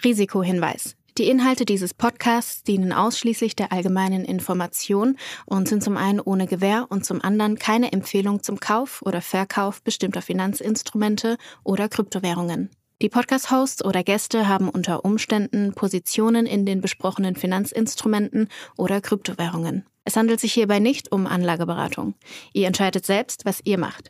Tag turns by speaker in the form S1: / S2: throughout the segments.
S1: Risikohinweis. Die Inhalte dieses Podcasts dienen ausschließlich der allgemeinen Information und sind zum einen ohne Gewähr und zum anderen keine Empfehlung zum Kauf oder Verkauf bestimmter Finanzinstrumente oder Kryptowährungen. Die Podcast-Hosts oder Gäste haben unter Umständen Positionen in den besprochenen Finanzinstrumenten oder Kryptowährungen. Es handelt sich hierbei nicht um Anlageberatung. Ihr entscheidet selbst, was ihr macht.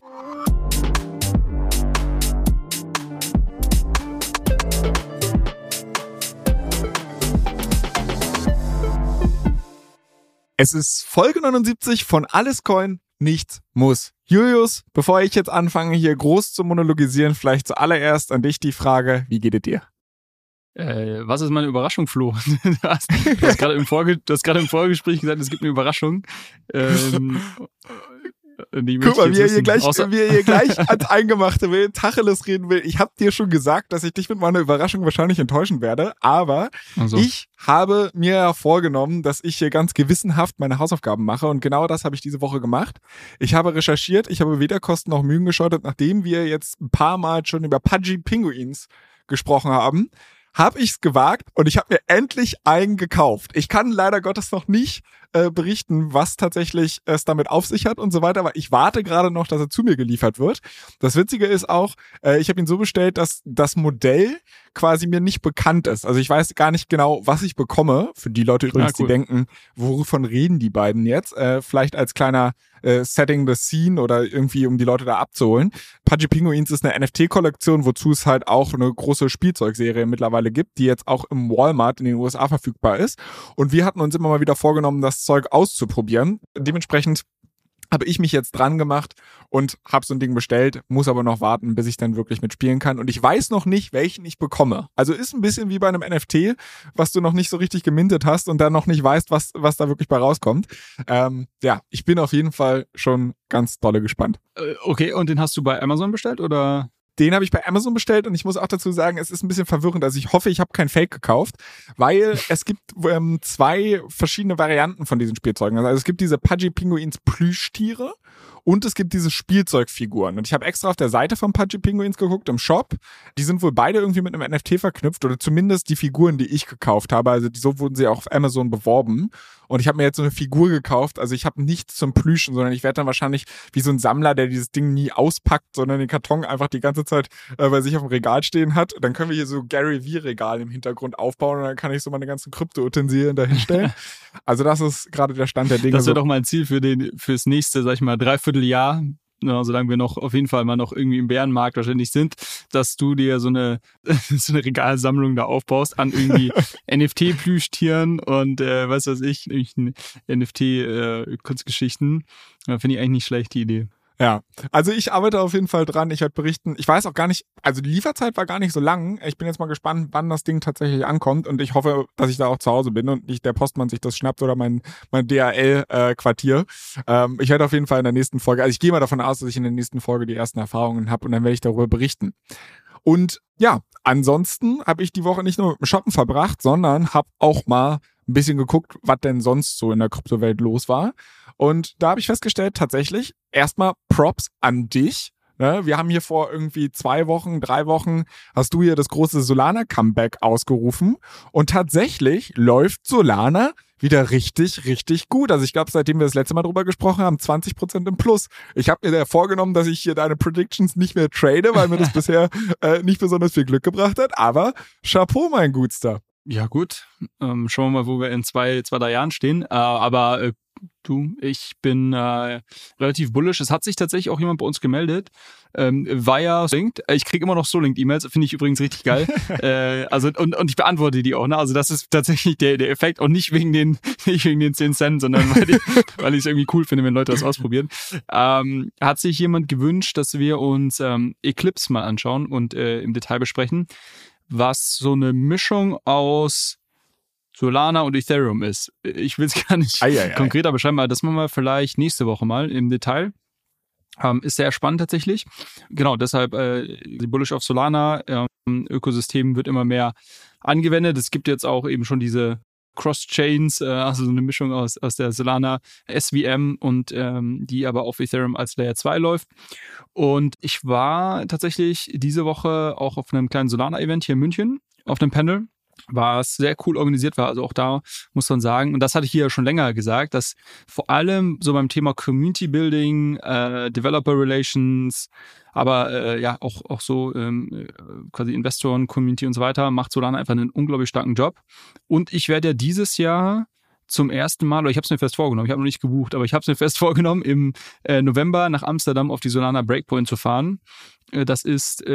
S2: Es ist Folge 79 von Alles Coin, nichts muss. Julius, bevor ich jetzt anfange, hier groß zu monologisieren, vielleicht zuallererst an dich die Frage, wie geht es dir?
S3: Was ist meine Überraschung, Flo? Du hast gerade im Vorgespräch gesagt, es gibt eine Überraschung.
S2: Guck mal, wie er hier gleich ans Eingemachte will, Tacheles reden will. Ich habe dir schon gesagt, dass ich dich mit meiner Überraschung wahrscheinlich enttäuschen werde, aber Ich habe mir ja vorgenommen, dass ich hier ganz gewissenhaft meine Hausaufgaben mache und genau das habe ich diese Woche gemacht. Ich habe recherchiert, ich habe weder Kosten noch Mühen gescheut, nachdem wir jetzt ein paar Mal schon über Pudgy Penguins gesprochen haben, habe ich es gewagt und ich habe mir endlich einen gekauft. Ich kann leider Gottes noch nicht berichten, was tatsächlich es damit auf sich hat und so weiter, aber ich warte gerade noch, dass er zu mir geliefert wird. Das Witzige ist auch, ich habe ihn so bestellt, dass das Modell quasi mir nicht bekannt ist. Also ich weiß gar nicht genau, was ich bekomme. Für die Leute übrigens, die denken, wovon reden die beiden jetzt? Vielleicht als kleiner Setting the Scene oder irgendwie, um die Leute da abzuholen. Pudgy Penguins ist eine NFT-Kollektion, wozu es halt auch eine große Spielzeugserie mittlerweile gibt, die jetzt auch im Walmart in den USA verfügbar ist. Und wir hatten uns immer mal wieder vorgenommen, das Zeug auszuprobieren. Dementsprechend habe ich mich jetzt dran gemacht und habe so ein Ding bestellt, muss aber noch warten, bis ich dann wirklich mitspielen kann. Und ich weiß noch nicht, welchen ich bekomme. Also ist ein bisschen wie bei einem NFT, was du noch nicht so richtig gemintet hast und dann noch nicht weißt, was da wirklich bei rauskommt. Ich bin auf jeden Fall schon ganz dolle gespannt.
S3: Okay, und den hast du bei Amazon bestellt oder?
S2: Den habe ich bei Amazon bestellt und ich muss auch dazu sagen, es ist ein bisschen verwirrend. Also ich hoffe, ich habe kein Fake gekauft, weil es gibt zwei verschiedene Varianten von diesen Spielzeugen. Also es gibt diese Pudgy Penguins Plüschtiere und es gibt diese Spielzeugfiguren. Und ich habe extra auf der Seite von Pudgy Penguins geguckt, im Shop. Die sind wohl beide irgendwie mit einem NFT verknüpft oder zumindest die Figuren, die ich gekauft habe. Also so wurden sie auch auf Amazon beworben. Und ich habe mir jetzt so eine Figur gekauft. Also ich habe nichts zum Plüschen, sondern ich werde dann wahrscheinlich wie so ein Sammler, der dieses Ding nie auspackt, sondern den Karton einfach die ganze Zeit bei sich auf dem Regal stehen hat. Dann können wir hier so Gary-V-Regal im Hintergrund aufbauen und dann kann ich so meine ganzen Krypto-Utensilien da hinstellen. Also das ist gerade der Stand der Dinge.
S3: Das wäre doch mal ein Ziel fürs nächste, sag ich mal, Dreivierteljahr, solange wir noch auf jeden Fall mal noch irgendwie im Bärenmarkt wahrscheinlich sind, dass du dir so eine Regalsammlung da aufbaust an irgendwie NFT-Plüschtieren und was weiß ich, NFT-Kurzgeschichten. Finde ich eigentlich nicht schlecht, die Idee.
S2: Ja, also ich arbeite auf jeden Fall dran. Ich werde berichten. Ich weiß auch gar nicht, also die Lieferzeit war gar nicht so lang. Ich bin jetzt mal gespannt, wann das Ding tatsächlich ankommt und ich hoffe, dass ich da auch zu Hause bin und nicht der Postmann sich das schnappt oder mein DHL-Quartier. Ich werde auf jeden Fall in der nächsten Folge, also ich gehe mal davon aus, dass ich in der nächsten Folge die ersten Erfahrungen habe und dann werde ich darüber berichten. Und ja, ansonsten habe ich die Woche nicht nur mit dem Shoppen verbracht, sondern habe auch mal ein bisschen geguckt, was denn sonst so in der Kryptowelt los war. Und da habe ich festgestellt, tatsächlich, erstmal Props an dich. Ne? Wir haben hier vor irgendwie 2 Wochen, 3 Wochen, hast du hier das große Solana-Comeback ausgerufen. Und tatsächlich läuft Solana wieder richtig, richtig gut. Also ich glaube, seitdem wir das letzte Mal drüber gesprochen haben, 20% im Plus. Ich habe mir vorgenommen, dass ich hier deine Predictions nicht mehr trade, weil mir das bisher nicht besonders viel Glück gebracht hat. Aber Chapeau, mein Gutster.
S3: Ja gut, schauen wir mal, wo wir in 2-3 Jahren stehen. Aber ich bin relativ bullish. Es hat sich tatsächlich auch jemand bei uns gemeldet. Via Linked. Ich kriege immer noch so Linked-E-Mails, finde ich übrigens richtig geil. Und ich beantworte die auch. Ne? Also das ist tatsächlich der Effekt und nicht wegen den 10 Cent, sondern weil ich es irgendwie cool finde, wenn Leute das ausprobieren. Hat sich jemand gewünscht, dass wir uns Eclipse mal anschauen und im Detail besprechen, was so eine Mischung aus Solana und Ethereum ist. Ich will es gar nicht konkreter beschreiben, aber das machen wir vielleicht nächste Woche mal im Detail. Ist sehr spannend tatsächlich. Genau, deshalb die Bullish auf Solana. Ökosystem wird immer mehr angewendet. Es gibt jetzt auch eben schon diese Cross-Chains, also so eine Mischung aus der Solana SVM und die aber auf Ethereum als Layer 2 läuft. Und ich war tatsächlich diese Woche auch auf einem kleinen Solana-Event hier in München, auf einem Panel. was sehr cool organisiert war. Also auch da muss man sagen, und das hatte ich hier schon länger gesagt, dass vor allem so beim Thema Community Building, Developer Relations, aber auch so quasi Investoren, Community und so weiter, macht Solana einfach einen unglaublich starken Job. Und ich werde ja dieses Jahr zum ersten Mal, oder ich habe es mir fest vorgenommen, ich habe noch nicht gebucht, aber ich habe es mir fest vorgenommen, im November nach Amsterdam auf die Solana Breakpoint zu fahren. Das ist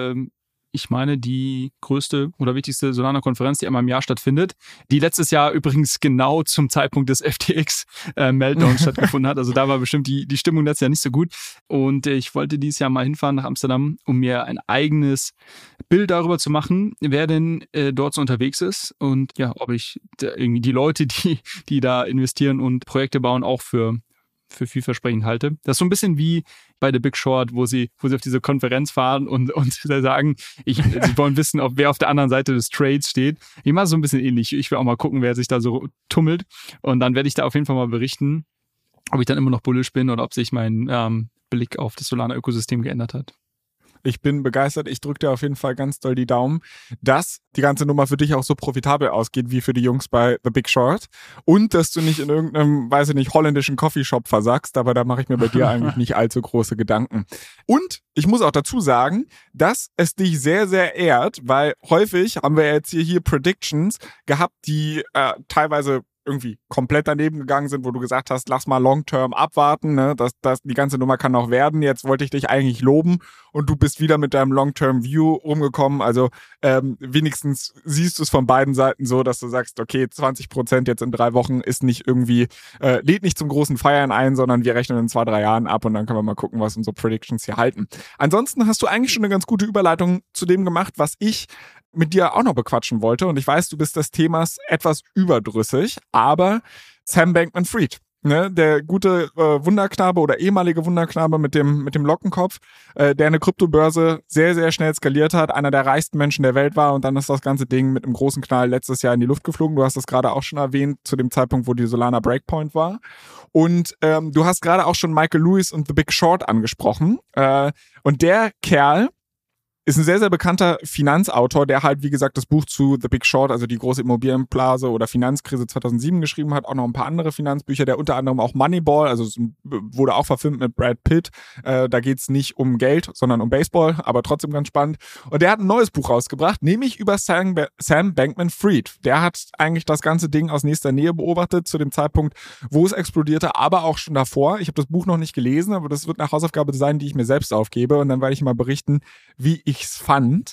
S3: ich meine, die größte oder wichtigste Solana-Konferenz, die einmal im Jahr stattfindet, die letztes Jahr übrigens genau zum Zeitpunkt des FTX-Meltdowns stattgefunden hat. Also da war bestimmt die Stimmung letztes Jahr nicht so gut. Und ich wollte dieses Jahr mal hinfahren nach Amsterdam, um mir ein eigenes Bild darüber zu machen, wer denn dort so unterwegs ist und ja, ob ich irgendwie die Leute, die da investieren und Projekte bauen, auch für vielversprechend halte. Das ist so ein bisschen wie bei The Big Short, wo sie auf diese Konferenz fahren und sagen, sie wollen wissen, wer auf der anderen Seite des Trades steht. Ich mache so ein bisschen ähnlich. Ich will auch mal gucken, wer sich da so tummelt. Und dann werde ich da auf jeden Fall mal berichten, ob ich dann immer noch bullish bin oder ob sich mein Blick auf das Solana-Ökosystem geändert hat.
S2: Ich bin begeistert. Ich drücke dir auf jeden Fall ganz doll die Daumen, dass die ganze Nummer für dich auch so profitabel ausgeht wie für die Jungs bei The Big Short und dass du nicht in irgendeinem, weiß ich nicht, holländischen Coffeeshop versagst, aber da mache ich mir bei dir eigentlich nicht allzu große Gedanken. Und ich muss auch dazu sagen, dass es dich sehr, sehr ehrt, weil häufig haben wir jetzt hier Predictions gehabt, die teilweise irgendwie komplett daneben gegangen sind, wo du gesagt hast, lass mal long-term abwarten, ne? Das die ganze Nummer kann noch werden. Jetzt wollte ich dich eigentlich loben und du bist wieder mit deinem long-term-View rumgekommen. Also wenigstens siehst du es von beiden Seiten so, dass du sagst, okay, 20% jetzt in 3 Wochen ist nicht irgendwie, lädt nicht zum großen Feiern ein, sondern wir rechnen in 2-3 Jahren ab und dann können wir mal gucken, was unsere Predictions hier halten. Ansonsten hast du eigentlich schon eine ganz gute Überleitung zu dem gemacht, was ich mit dir auch noch bequatschen wollte. Und ich weiß, du bist des Themas etwas überdrüssig, aber Sam Bankman-Fried, ne, der gute Wunderknabe oder ehemalige Wunderknabe mit dem Lockenkopf, der eine Kryptobörse sehr, sehr schnell skaliert hat, einer der reichsten Menschen der Welt war und dann ist das ganze Ding mit einem großen Knall letztes Jahr in die Luft geflogen. Du hast das gerade auch schon erwähnt, zu dem Zeitpunkt, wo die Solana Breakpoint war. Und du hast gerade auch schon Michael Lewis und The Big Short angesprochen. Und der Kerl ist ein sehr, sehr bekannter Finanzautor, der halt, wie gesagt, das Buch zu The Big Short, also die große Immobilienblase oder Finanzkrise 2007 geschrieben hat, auch noch ein paar andere Finanzbücher, der unter anderem auch Moneyball, also es wurde auch verfilmt mit Brad Pitt, da geht's nicht um Geld, sondern um Baseball, aber trotzdem ganz spannend. Und der hat ein neues Buch rausgebracht, nämlich über Sam Bankman-Fried. Der hat eigentlich das ganze Ding aus nächster Nähe beobachtet, zu dem Zeitpunkt, wo es explodierte, aber auch schon davor. Ich habe das Buch noch nicht gelesen, aber das wird eine Hausaufgabe sein, die ich mir selbst aufgebe und dann werde ich mal berichten, wie ich's fand.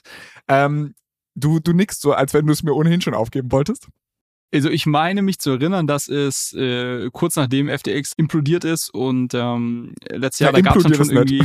S2: Du nickst so, als wenn du es mir ohnehin schon aufgeben wolltest.
S3: Also ich meine mich zu erinnern, dass es kurz nachdem FTX implodiert ist und letztes Jahr, da gab es dann schon irgendwie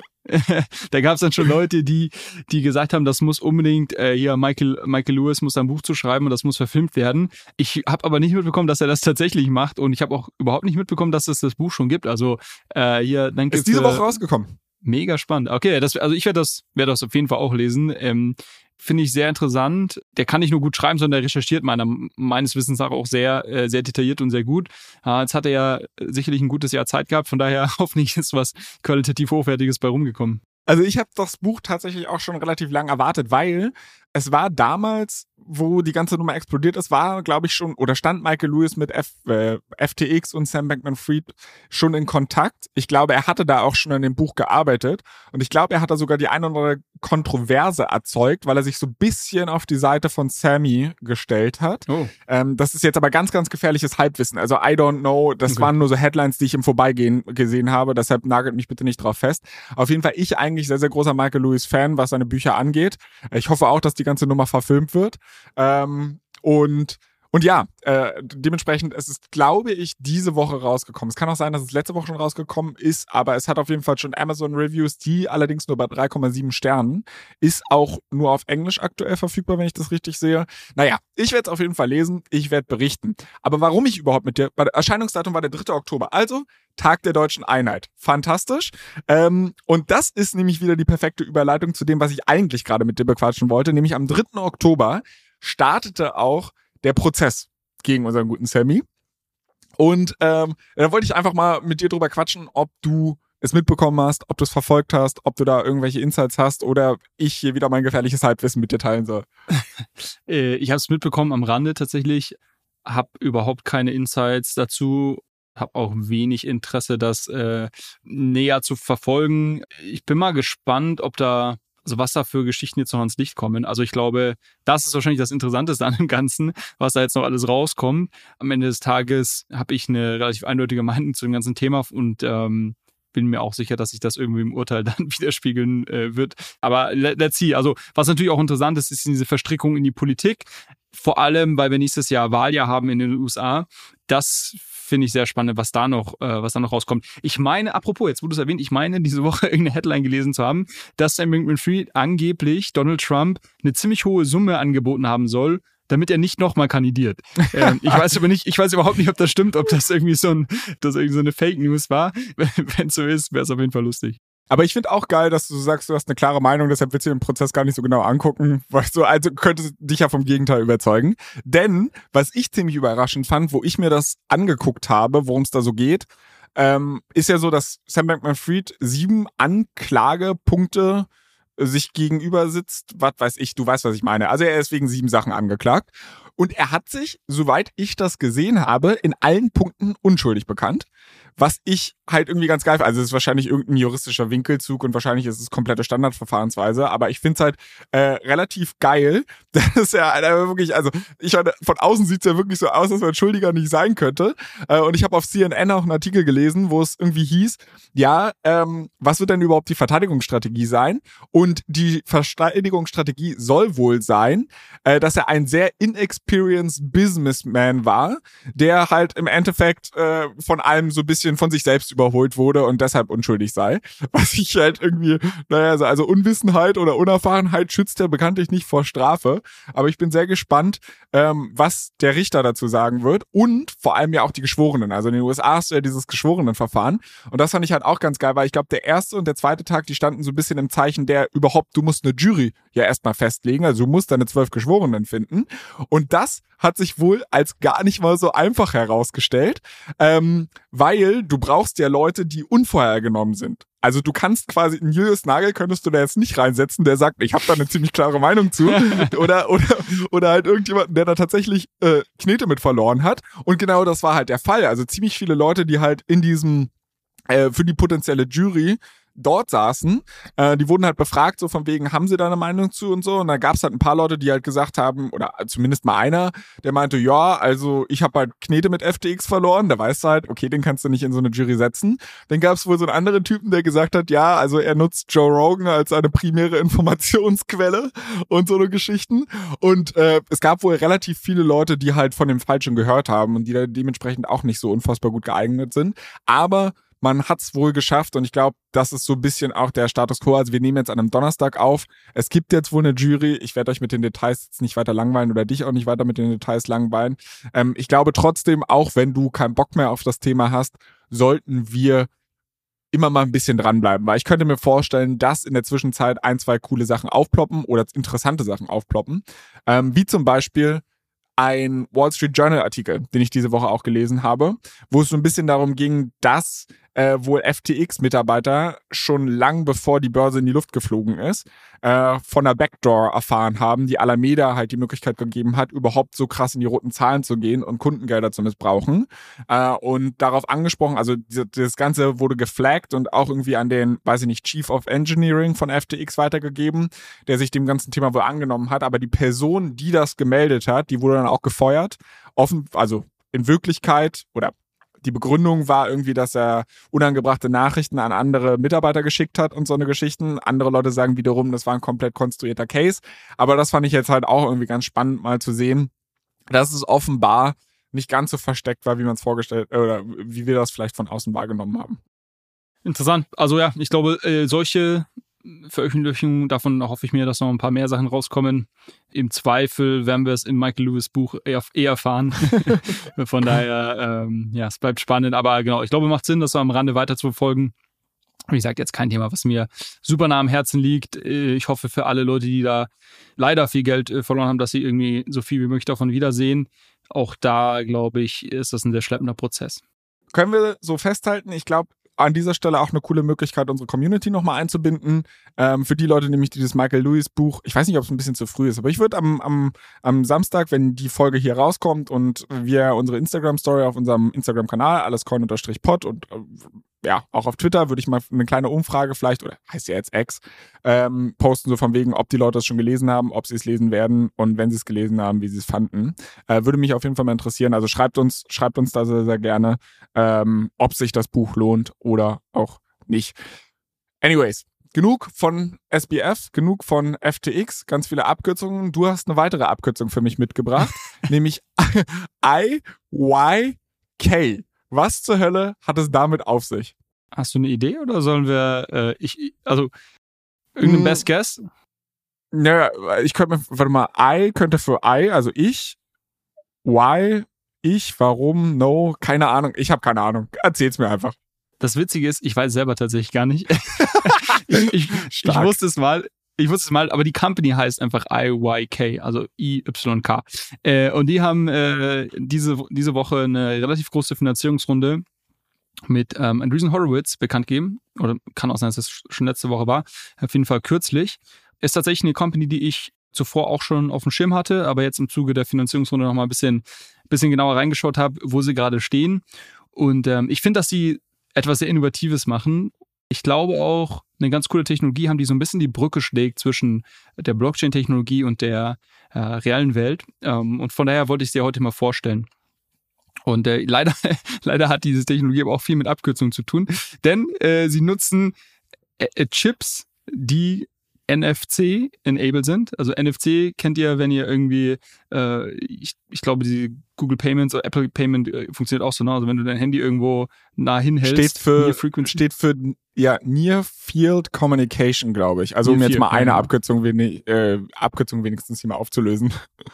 S3: da gab es dann schon Leute, die gesagt haben, das muss unbedingt hier Michael Lewis muss ein Buch zu schreiben und das muss verfilmt werden. Ich habe aber nicht mitbekommen, dass er das tatsächlich macht und ich habe auch überhaupt nicht mitbekommen, dass es das Buch schon gibt. Also hier danke
S2: ist diese Woche rausgekommen.
S3: Mega spannend. Okay, also ich werde das auf jeden Fall auch lesen. Finde ich sehr interessant. Der kann nicht nur gut schreiben, sondern der recherchiert meines Wissens auch sehr, sehr detailliert und sehr gut. Jetzt hat er ja sicherlich ein gutes Jahr Zeit gehabt, von daher hoffentlich ist was qualitativ Hochwertiges bei rumgekommen.
S2: Also ich habe das Buch tatsächlich auch schon relativ lang erwartet, weil es war damals, wo die ganze Nummer explodiert ist, war, glaube ich, schon, oder stand Michael Lewis mit FTX und Sam Bankman-Fried schon in Kontakt. Ich glaube, er hatte da auch schon an dem Buch gearbeitet und ich glaube, er hat da sogar die eine oder andere Kontroverse erzeugt, weil er sich so ein bisschen auf die Seite von Sammy gestellt hat. Oh. Das ist jetzt aber ganz, ganz gefährliches Halbwissen. Also I don't know, das waren nur so Headlines, die ich im Vorbeigehen gesehen habe, deshalb nagelt mich bitte nicht drauf fest. Auf jeden Fall ich eigentlich sehr, sehr großer Michael Lewis-Fan, was seine Bücher angeht. Ich hoffe auch, dass die ganze Nummer verfilmt wird. Und ja, dementsprechend, es ist, glaube ich, diese Woche rausgekommen. Es kann auch sein, dass es letzte Woche schon rausgekommen ist, aber es hat auf jeden Fall schon Amazon-Reviews, die allerdings nur bei 3,7 Sternen. Ist auch nur auf Englisch aktuell verfügbar, wenn ich das richtig sehe. Naja, ich werde es auf jeden Fall lesen, ich werde berichten. Aber warum ich überhaupt mit dir, Erscheinungsdatum war der 3. Oktober, also Tag der Deutschen Einheit. Fantastisch. Und das ist nämlich wieder die perfekte Überleitung zu dem, was ich eigentlich gerade mit dir bequatschen wollte, nämlich am 3. Oktober startete auch der Prozess gegen unseren guten Sammy. Und da wollte ich einfach mal mit dir drüber quatschen, ob du es mitbekommen hast, ob du es verfolgt hast, ob du da irgendwelche Insights hast oder ich hier wieder mein gefährliches Halbwissen mit dir teilen soll.
S3: Ich habe es mitbekommen am Rande tatsächlich, habe überhaupt keine Insights dazu, habe auch wenig Interesse, das näher zu verfolgen. Ich bin mal gespannt, also was da für Geschichten jetzt noch ans Licht kommen. Also ich glaube, das ist wahrscheinlich das Interessanteste an dem Ganzen, was da jetzt noch alles rauskommt. Am Ende des Tages habe ich eine relativ eindeutige Meinung zu dem ganzen Thema und bin mir auch sicher, dass sich das irgendwie im Urteil dann widerspiegeln wird. Aber let's see. Also was natürlich auch interessant ist, ist diese Verstrickung in die Politik. Vor allem, weil wir nächstes Jahr Wahljahr haben in den USA. Das finde ich sehr spannend, was da noch rauskommt. Ich meine, apropos, jetzt wurde es erwähnt, ich meine, diese Woche irgendeine Headline gelesen zu haben, dass Sam Bankman-Fried angeblich Donald Trump eine ziemlich hohe Summe angeboten haben soll, damit er nicht nochmal kandidiert. Ich weiß überhaupt nicht, ob das stimmt, ob das irgendwie so eine Fake News war. Wenn es so ist, wäre es auf jeden Fall lustig.
S2: Aber ich finde auch geil, dass du sagst, du hast eine klare Meinung, deshalb willst du den Prozess gar nicht so genau angucken, weil also könnte dich ja vom Gegenteil überzeugen. Denn, was ich ziemlich überraschend fand, wo ich mir das angeguckt habe, worum es da so geht, ist ja so, dass Sam Bankman-Fried 7 Anklagepunkte sich gegenüber sitzt. Was weiß ich, du weißt, was ich meine. Also er ist wegen 7 Sachen angeklagt. Und er hat sich, soweit ich das gesehen habe, in allen Punkten unschuldig bekannt. Was ich halt irgendwie ganz geil finde. Also es ist wahrscheinlich irgendein juristischer Winkelzug und wahrscheinlich ist es komplette Standardverfahrensweise. Aber ich finde es halt relativ geil, dass er wirklich, also ich meine, von außen sieht es ja wirklich so aus, dass man Schuldiger nicht sein könnte. Und ich habe auf CNN auch einen Artikel gelesen, wo es irgendwie hieß, ja, was wird denn überhaupt die Verteidigungsstrategie sein? Und die Verteidigungsstrategie soll wohl sein, dass er ein sehr inexperienced Businessman war, der halt im Endeffekt von allem so ein bisschen von sich selbst überholt wurde und deshalb unschuldig sei. Was ich halt irgendwie, also Unwissenheit oder Unerfahrenheit schützt ja bekanntlich nicht vor Strafe. Aber ich bin sehr gespannt, was der Richter dazu sagen wird und vor allem ja auch die Geschworenen. Also in den USA hast du ja dieses Geschworenenverfahren und das fand ich halt auch ganz geil, weil ich glaube, der erste und der zweite Tag, die standen so ein bisschen im Zeichen du musst eine Jury ja erstmal festlegen, also du musst deine 12 Geschworenen finden und das hat sich wohl als gar nicht mal so einfach herausgestellt, weil du brauchst ja Leute, die unvorhergenommen sind. Also du kannst quasi, einen Julius Nagel könntest du da jetzt nicht reinsetzen, der sagt, ich habe da eine ziemlich klare Meinung zu. oder halt irgendjemanden, der da tatsächlich Knete mit verloren hat. Und genau das war halt der Fall. Also ziemlich viele Leute, die halt in diesem, für die potenzielle Jury dort saßen, die wurden halt befragt, so von wegen, haben sie da eine Meinung zu und so, und da gab es halt ein paar Leute, die halt gesagt haben, oder zumindest mal einer, der meinte, ja, also ich habe halt Knete mit FTX verloren, da weißt du halt, okay, den kannst du nicht in so eine Jury setzen. Dann gab es wohl so einen anderen Typen, der gesagt hat, ja, also er nutzt Joe Rogan als eine primäre Informationsquelle und so eine Geschichten, und es gab wohl relativ viele Leute, die halt von dem Fall schon gehört haben und die da dementsprechend auch nicht so unfassbar gut geeignet sind, aber man hat's wohl geschafft und ich glaube, das ist so ein bisschen auch der Status quo. Also wir nehmen jetzt an einem Donnerstag auf. Es gibt jetzt wohl eine Jury. Ich werde euch mit den Details jetzt nicht weiter langweilen oder dich auch nicht weiter mit den Details langweilen. Ich glaube trotzdem, auch wenn du keinen Bock mehr auf das Thema hast, sollten wir immer mal ein bisschen dranbleiben. Weil ich könnte mir vorstellen, dass in der Zwischenzeit 1, 2 coole Sachen aufploppen oder interessante Sachen aufploppen. Wie zum Beispiel ein Wall Street Journal Artikel, den ich diese Woche auch gelesen habe, wo es so ein bisschen darum ging, dass wohl FTX-Mitarbeiter schon lang bevor die Börse in die Luft geflogen ist, von einer Backdoor erfahren haben, die Alameda halt die Möglichkeit gegeben hat, überhaupt so krass in die roten Zahlen zu gehen und Kundengelder zu missbrauchen. Und darauf angesprochen, also das Ganze wurde geflaggt und auch irgendwie an den, weiß ich nicht, Chief of Engineering von FTX weitergegeben, der sich dem ganzen Thema wohl angenommen hat. Aber die Person, die das gemeldet hat, die wurde dann auch gefeuert. Also in Wirklichkeit, oder die Begründung war irgendwie, dass er unangebrachte Nachrichten an andere Mitarbeiter geschickt hat und so eine Geschichten. Andere Leute sagen wiederum, das war ein komplett konstruierter Case. Aber das fand ich jetzt halt auch irgendwie ganz spannend mal zu sehen, dass es offenbar nicht ganz so versteckt war, wie man es vorgestellt oder wie wir das vielleicht von außen wahrgenommen haben.
S3: Interessant. Also ja, ich glaube, solche Veröffentlichungen, davon hoffe ich mir, dass noch ein paar mehr Sachen rauskommen. Im Zweifel werden wir es in Michael Lewis Buch eher erfahren. Von daher, es bleibt spannend. Aber genau, ich glaube, es macht Sinn, das so am Rande weiter zu verfolgen. Wie gesagt, jetzt kein Thema, was mir super nah am Herzen liegt. Ich hoffe für alle Leute, die da leider viel Geld verloren haben, dass sie irgendwie so viel wie möglich davon wiedersehen. Auch da, glaube ich, ist das ein sehr schleppender Prozess.
S2: Können wir so festhalten, ich glaube, an dieser Stelle auch eine coole Möglichkeit, unsere Community nochmal einzubinden. Für die Leute nämlich, die das Michael Lewis Buch, ich weiß nicht, ob es ein bisschen zu früh ist, aber ich würde am Samstag, wenn die Folge hier rauskommt und wir unsere Instagram-Story auf unserem Instagram-Kanal, allescoin_pod und ja, auch auf Twitter würde ich mal eine kleine Umfrage vielleicht, oder heißt ja jetzt X, posten, so von wegen, ob die Leute es schon gelesen haben, ob sie es lesen werden und wenn sie es gelesen haben, wie sie es fanden. Würde mich auf jeden Fall mal interessieren. Also schreibt uns da sehr, sehr gerne, ob sich das Buch lohnt oder auch nicht. Anyways, genug von SBF, genug von FTX, ganz viele Abkürzungen. Du hast eine weitere Abkürzung für mich mitgebracht, nämlich IYK. Was zur Hölle hat es damit auf sich?
S3: Hast du eine Idee oder sollen wir, irgendein Best Guess?
S2: Naja, ich könnte mir, warte mal, I könnte für I, also ich, why, ich, warum, no, keine Ahnung, ich habe keine Ahnung. Erzähl's mir einfach.
S3: Das Witzige ist, ich weiß selber tatsächlich gar nicht. ich wusste es mal, aber die Company heißt einfach IYK, also IYK. Und die haben diese Woche eine relativ große Finanzierungsrunde mit Andreessen Horowitz bekannt gegeben. Oder kann auch sein, dass es schon letzte Woche war. Auf jeden Fall kürzlich. Ist tatsächlich eine Company, die ich zuvor auch schon auf dem Schirm hatte, aber jetzt im Zuge der Finanzierungsrunde nochmal ein bisschen genauer reingeschaut habe, wo sie gerade stehen. Und ich finde, dass sie etwas sehr Innovatives machen. Ich glaube auch, eine ganz coole Technologie haben, die so ein bisschen die Brücke schlägt zwischen der Blockchain-Technologie und der realen Welt. Und von daher wollte ich sie heute mal vorstellen. Und leider hat diese Technologie aber auch viel mit Abkürzungen zu tun, denn sie nutzen Chips, die NFC-enabled sind. Also NFC kennt ihr, wenn ihr irgendwie, ich glaube, die Google Payments oder Apple Payment funktioniert auch so, ne? Also wenn du dein Handy irgendwo nah hinhältst.
S2: Steht für Near Field Communication, glaube ich. Also um jetzt mal eine Abkürzung wenigstens hier mal aufzulösen.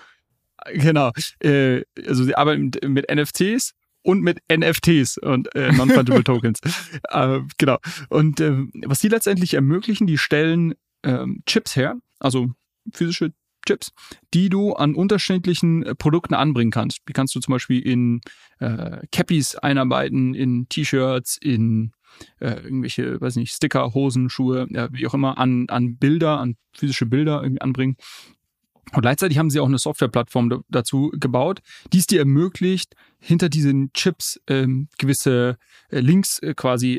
S3: Genau. Also sie arbeiten mit NFTs und mit NFTs und Non-Fungible Tokens. Genau. Und was die letztendlich ermöglichen, die stellen Chips her, also physische Chips, die du an unterschiedlichen Produkten anbringen kannst. Die kannst du zum Beispiel in Cappies einarbeiten, in T-Shirts, in irgendwelche, weiß nicht, Sticker, Hosen, Schuhe, wie auch immer, an Bilder, an physische Bilder irgendwie anbringen. Und gleichzeitig haben sie auch eine Softwareplattform dazu gebaut, die es dir ermöglicht, hinter diesen Chips gewisse Links quasi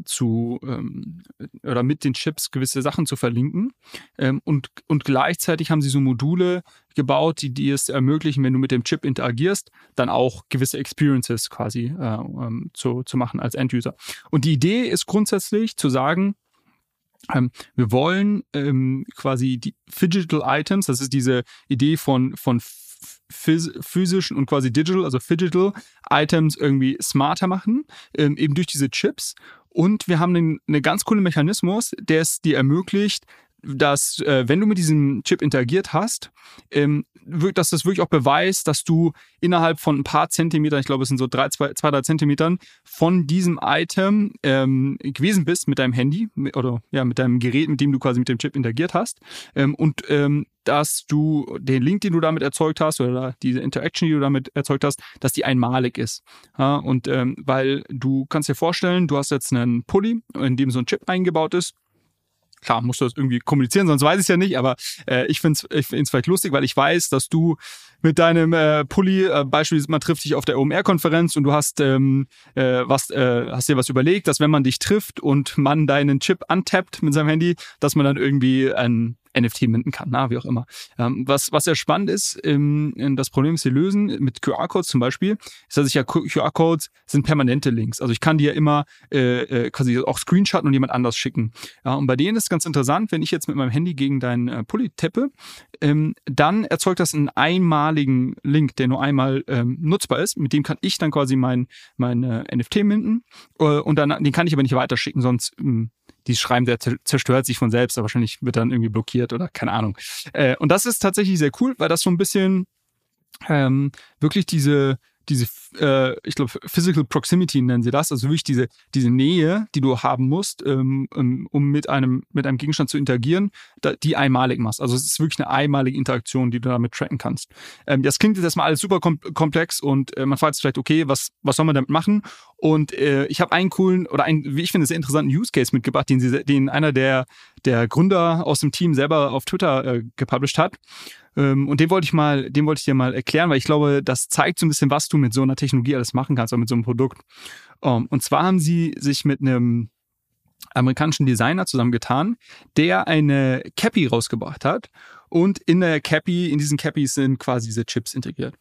S3: oder mit den Chips gewisse Sachen zu verlinken. Und gleichzeitig haben sie so Module gebaut, die es ermöglichen, wenn du mit dem Chip interagierst, dann auch gewisse Experiences quasi zu machen als End-User. Und die Idee ist grundsätzlich zu sagen, wir wollen quasi die Phygital Items, das ist diese Idee von physischen und quasi digital, also Phygital Items irgendwie smarter machen, eben durch diese Chips. Und wir haben einen ganz coolen Mechanismus, der es dir ermöglicht, dass, wenn du mit diesem Chip interagiert hast, dass das wirklich auch beweist, dass du innerhalb von ein paar Zentimetern, ich glaube, es sind so 2-3 Zentimetern, von diesem Item gewesen bist mit deinem Handy oder mit deinem Gerät, mit dem du quasi mit dem Chip interagiert hast. Dass du den Link, den du damit erzeugt hast oder diese Interaction, die du damit erzeugt hast, dass die einmalig ist. Ja, und weil du kannst dir vorstellen, du hast jetzt einen Pulli, in dem so ein Chip eingebaut ist. Klar, musst du das irgendwie kommunizieren, sonst weiß ich es ja nicht, aber ich find's vielleicht lustig, weil ich weiß, dass du mit deinem Pulli, beispielsweise man trifft dich auf der OMR-Konferenz und du hast dir was überlegt, dass wenn man dich trifft und man deinen Chip untappt mit seinem Handy, dass man dann irgendwie ein NFT minden kann, wie auch immer. Was sehr spannend ist, das Problem, das sie lösen mit QR-Codes zum Beispiel, ist, dass QR-Codes sind permanente Links. Also ich kann die ja immer quasi auch screenshotten und jemand anders schicken. Ja, und bei denen ist es ganz interessant, wenn ich jetzt mit meinem Handy gegen deinen Pulli tappe, dann erzeugt das einen einmaligen Link, der nur einmal nutzbar ist. Mit dem kann ich dann quasi mein NFT minden und dann den kann ich aber nicht weiterschicken, sonst die Schreiben, der zerstört sich von selbst, aber wahrscheinlich wird dann irgendwie blockiert oder keine Ahnung. Und das ist tatsächlich sehr cool, weil das so ein bisschen wirklich diese ich glaube, Physical Proximity nennen sie das, also wirklich diese Nähe, die du haben musst, um mit einem Gegenstand zu interagieren, die einmalig machst. Also es ist wirklich eine einmalige Interaktion, die du damit tracken kannst. Das klingt jetzt erstmal alles super komplex und man fragt sich vielleicht, okay, was soll man damit machen? Und ich habe einen coolen oder einen, wie ich finde, sehr interessanten Use Case mitgebracht, den einer der Gründer aus dem Team selber auf Twitter gepublished hat. Und den wollte ich dir mal erklären, weil ich glaube, das zeigt so ein bisschen, was du mit so einer Technologie alles machen kannst, oder mit so einem Produkt. Und zwar haben sie sich mit einem amerikanischen Designer zusammengetan, der eine Cappy rausgebracht hat. Und in diesen Cappies sind quasi diese Chips integriert.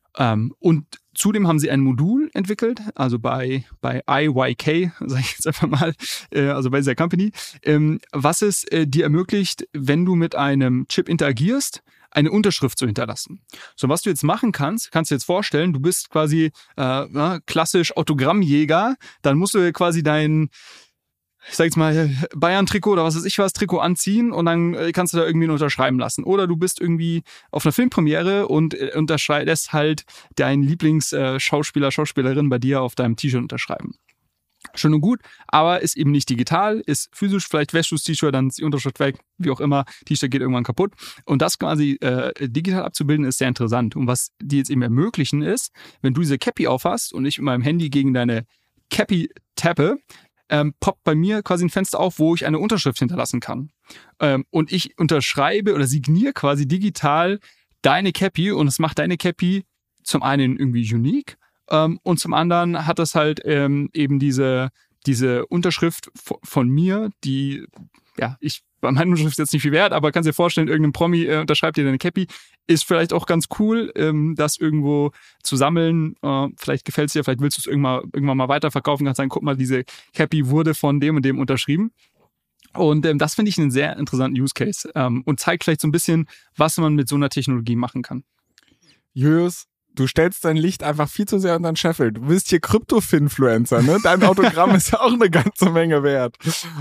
S3: Und zudem haben sie ein Modul entwickelt, also bei IYK, sage ich jetzt einfach mal, also bei dieser Company, was es dir ermöglicht, wenn du mit einem Chip interagierst, eine Unterschrift zu hinterlassen. So, was du jetzt machen kannst du jetzt vorstellen, du bist quasi klassisch Autogrammjäger, dann musst du quasi dein, ich sag jetzt mal, Bayern-Trikot oder was weiß ich was, Trikot anziehen und dann kannst du da irgendwie unterschreiben lassen. Oder du bist irgendwie auf einer Filmpremiere und lässt halt deinen Lieblingsschauspieler, Schauspielerin bei dir auf deinem T-Shirt unterschreiben. Schön und gut, aber ist eben nicht digital, ist physisch, vielleicht wäschst du das T-Shirt, dann ist die Unterschrift weg, wie auch immer, T-Shirt geht irgendwann kaputt. Und das quasi digital abzubilden, ist sehr interessant. Und was die jetzt eben ermöglichen ist, wenn du diese Cappy aufhast und ich mit meinem Handy gegen deine Cappy tappe, poppt bei mir quasi ein Fenster auf, wo ich eine Unterschrift hinterlassen kann. Und ich unterschreibe oder signiere quasi digital deine Cappy und es macht deine Cappy zum einen irgendwie unique und zum anderen hat das halt eben diese Unterschrift von mir, die, ja, bei meiner Unterschrift ist jetzt nicht viel wert, aber kannst dir vorstellen, irgendein Promi unterschreibt dir deine Cappy, ist vielleicht auch ganz cool, das irgendwo zu sammeln. Vielleicht gefällt es dir, vielleicht willst du es irgendwann mal weiterverkaufen, kannst sagen, guck mal, diese Cappy wurde von dem und dem unterschrieben. Und das finde ich einen sehr interessanten Use Case und zeigt vielleicht so ein bisschen, was man mit so einer Technologie machen kann.
S2: Julius, du stellst dein Licht einfach viel zu sehr unter den Scheffel. Du bist hier Krypto-Finfluencer, ne? Dein Autogramm ist ja auch eine ganze Menge wert.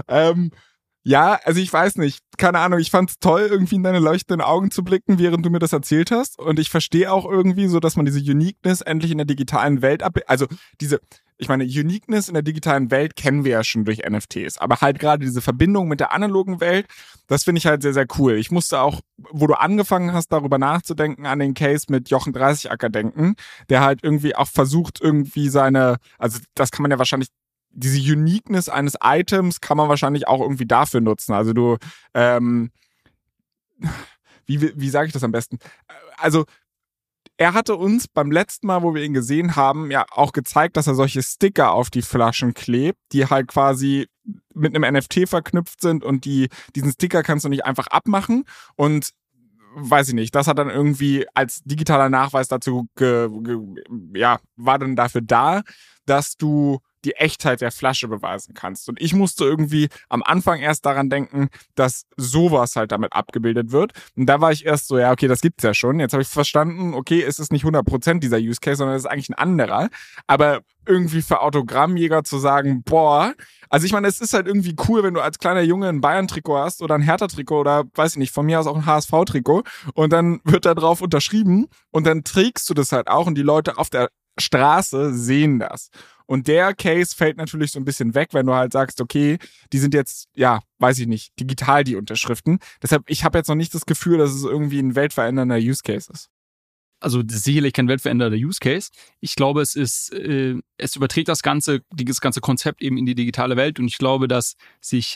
S2: Ja, also ich weiß nicht, keine Ahnung, ich fand's toll, irgendwie in deine leuchtenden Augen zu blicken, während du mir das erzählt hast. Und ich verstehe auch irgendwie so, dass man diese Uniqueness endlich in der digitalen Welt Uniqueness in der digitalen Welt kennen wir ja schon durch NFTs. Aber halt gerade diese Verbindung mit der analogen Welt, das finde ich halt sehr, sehr cool. Ich musste auch, wo du angefangen hast, darüber nachzudenken, an den Case mit Jochen Dreißigacker denken, der halt irgendwie auch versucht, irgendwie also das kann man ja wahrscheinlich, diese Uniqueness eines Items kann man wahrscheinlich auch irgendwie dafür nutzen. Also du, wie sage ich das am besten? Also er hatte uns beim letzten Mal, wo wir ihn gesehen haben, ja auch gezeigt, dass er solche Sticker auf die Flaschen klebt, die halt quasi mit einem NFT verknüpft sind und diesen Sticker kannst du nicht einfach abmachen und weiß ich nicht, das hat dann irgendwie als digitaler Nachweis dazu war dann dafür da, dass du die Echtheit der Flasche beweisen kannst. Und ich musste irgendwie am Anfang erst daran denken, dass sowas halt damit abgebildet wird. Und da war ich erst so, ja, okay, das gibt's ja schon. Jetzt habe ich verstanden, okay, es ist nicht 100% dieser Use Case, sondern es ist eigentlich ein anderer. Aber irgendwie für Autogrammjäger zu sagen, boah, also ich meine, es ist halt irgendwie cool, wenn du als kleiner Junge ein Bayern-Trikot hast oder ein Hertha-Trikot oder, weiß ich nicht, von mir aus auch ein HSV-Trikot und dann wird da drauf unterschrieben und dann trägst du das halt auch und die Leute auf der Straße sehen das. Und der Case fällt natürlich so ein bisschen weg, wenn du halt sagst, okay, die sind jetzt, ja, weiß ich nicht, digital die Unterschriften. Deshalb, ich habe jetzt noch nicht das Gefühl, dass es irgendwie ein weltverändernder Use Case ist.
S3: Also das ist sicherlich kein weltverändernder Use Case. Ich glaube, es überträgt das ganze Konzept eben in die digitale Welt und ich glaube, dass sich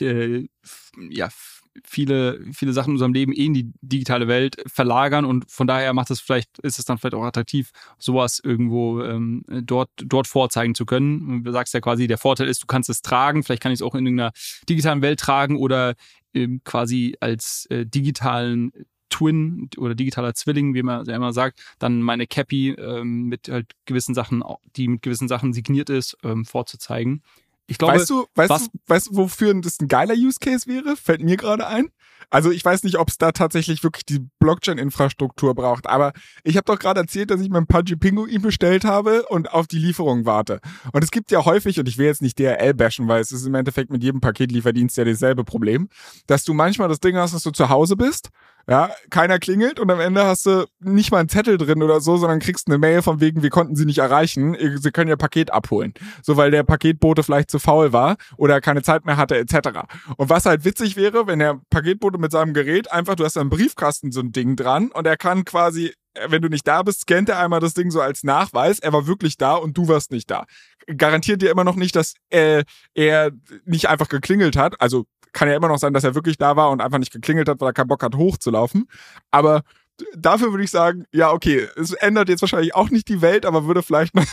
S3: viele Sachen in unserem Leben in die digitale Welt verlagern und von daher ist es dann vielleicht auch attraktiv, sowas irgendwo dort vorzeigen zu können. Du sagst ja quasi, der Vorteil ist, du kannst es tragen, vielleicht kann ich es auch in irgendeiner digitalen Welt tragen oder quasi als digitalen Twin oder digitaler Zwilling, wie man ja immer sagt, dann meine Cappy mit halt gewissen Sachen, die mit gewissen Sachen signiert ist, vorzuzeigen. Ich glaube,
S2: weißt du, wofür das ein geiler Use Case wäre? Fällt mir gerade ein. Also ich weiß nicht, ob es da tatsächlich wirklich die Blockchain-Infrastruktur braucht, aber ich habe doch gerade erzählt, dass ich mein Pudgy Pinguin bestellt habe und auf die Lieferung warte. Und es gibt ja häufig, und ich will jetzt nicht DHL bashen, weil es ist im Endeffekt mit jedem Paketlieferdienst ja dasselbe Problem, dass du manchmal das Ding hast, dass du zu Hause bist, Ja, keiner klingelt und am Ende hast du nicht mal einen Zettel drin oder so, sondern kriegst eine Mail von wegen, wir konnten sie nicht erreichen, sie können ihr Paket abholen. So, weil der Paketbote vielleicht zu faul war oder keine Zeit mehr hatte, etc. Und was halt witzig wäre, wenn der Paketbote mit seinem Gerät einfach, du hast da im Briefkasten so ein Ding dran und er kann quasi, wenn du nicht da bist, scannt er einmal das Ding so als Nachweis, er war wirklich da und du warst nicht da. Garantiert dir immer noch nicht, dass er nicht einfach geklingelt hat, also kann ja immer noch sein, dass er wirklich da war und einfach nicht geklingelt hat, weil er keinen Bock hat, hochzulaufen. Aber dafür würde ich sagen, ja, okay, es ändert jetzt wahrscheinlich auch nicht die Welt, aber würde vielleicht noch,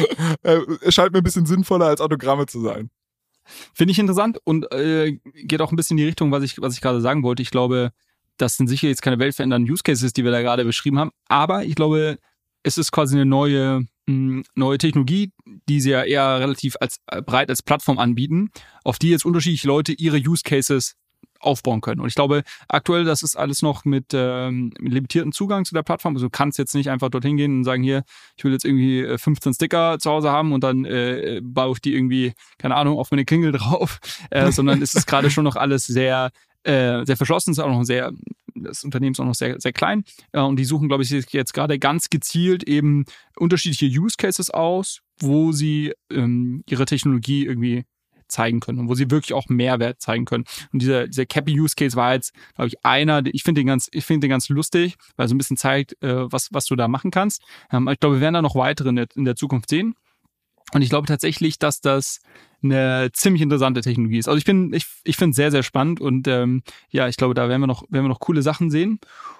S2: es scheint mir ein bisschen sinnvoller, als Autogramme zu sein.
S3: Finde ich interessant und geht auch ein bisschen in die Richtung, was ich gerade sagen wollte. Ich glaube, das sind sicher jetzt keine weltverändernden Use Cases, die wir da gerade beschrieben haben, aber ich glaube, es ist quasi eine neue Technologie, die sie ja eher relativ breit als Plattform anbieten, auf die jetzt unterschiedliche Leute ihre Use Cases aufbauen können. Und ich glaube, aktuell, das ist alles noch mit limitierten Zugang zu der Plattform. Also du kannst jetzt nicht einfach dorthin gehen und sagen, hier, ich will jetzt irgendwie 15 Sticker zu Hause haben und dann baue ich die irgendwie, keine Ahnung, auf meine Klingel drauf, sondern es ist gerade schon noch alles sehr verschlossen, ist auch noch das Unternehmen ist auch noch sehr, sehr klein und die suchen, glaube ich, jetzt gerade ganz gezielt eben unterschiedliche Use Cases aus, wo sie ihre Technologie irgendwie zeigen können und wo sie wirklich auch Mehrwert zeigen können. Und dieser Cappy Use Case war jetzt, glaube ich, einer, ich finde den ganz lustig, weil er so ein bisschen zeigt, was du da machen kannst. Ich glaube, wir werden da noch weitere in der Zukunft sehen. Und ich glaube tatsächlich, dass das eine ziemlich interessante Technologie ist. Also ich finde es sehr, sehr spannend und ich glaube, da werden wir noch coole Sachen sehen.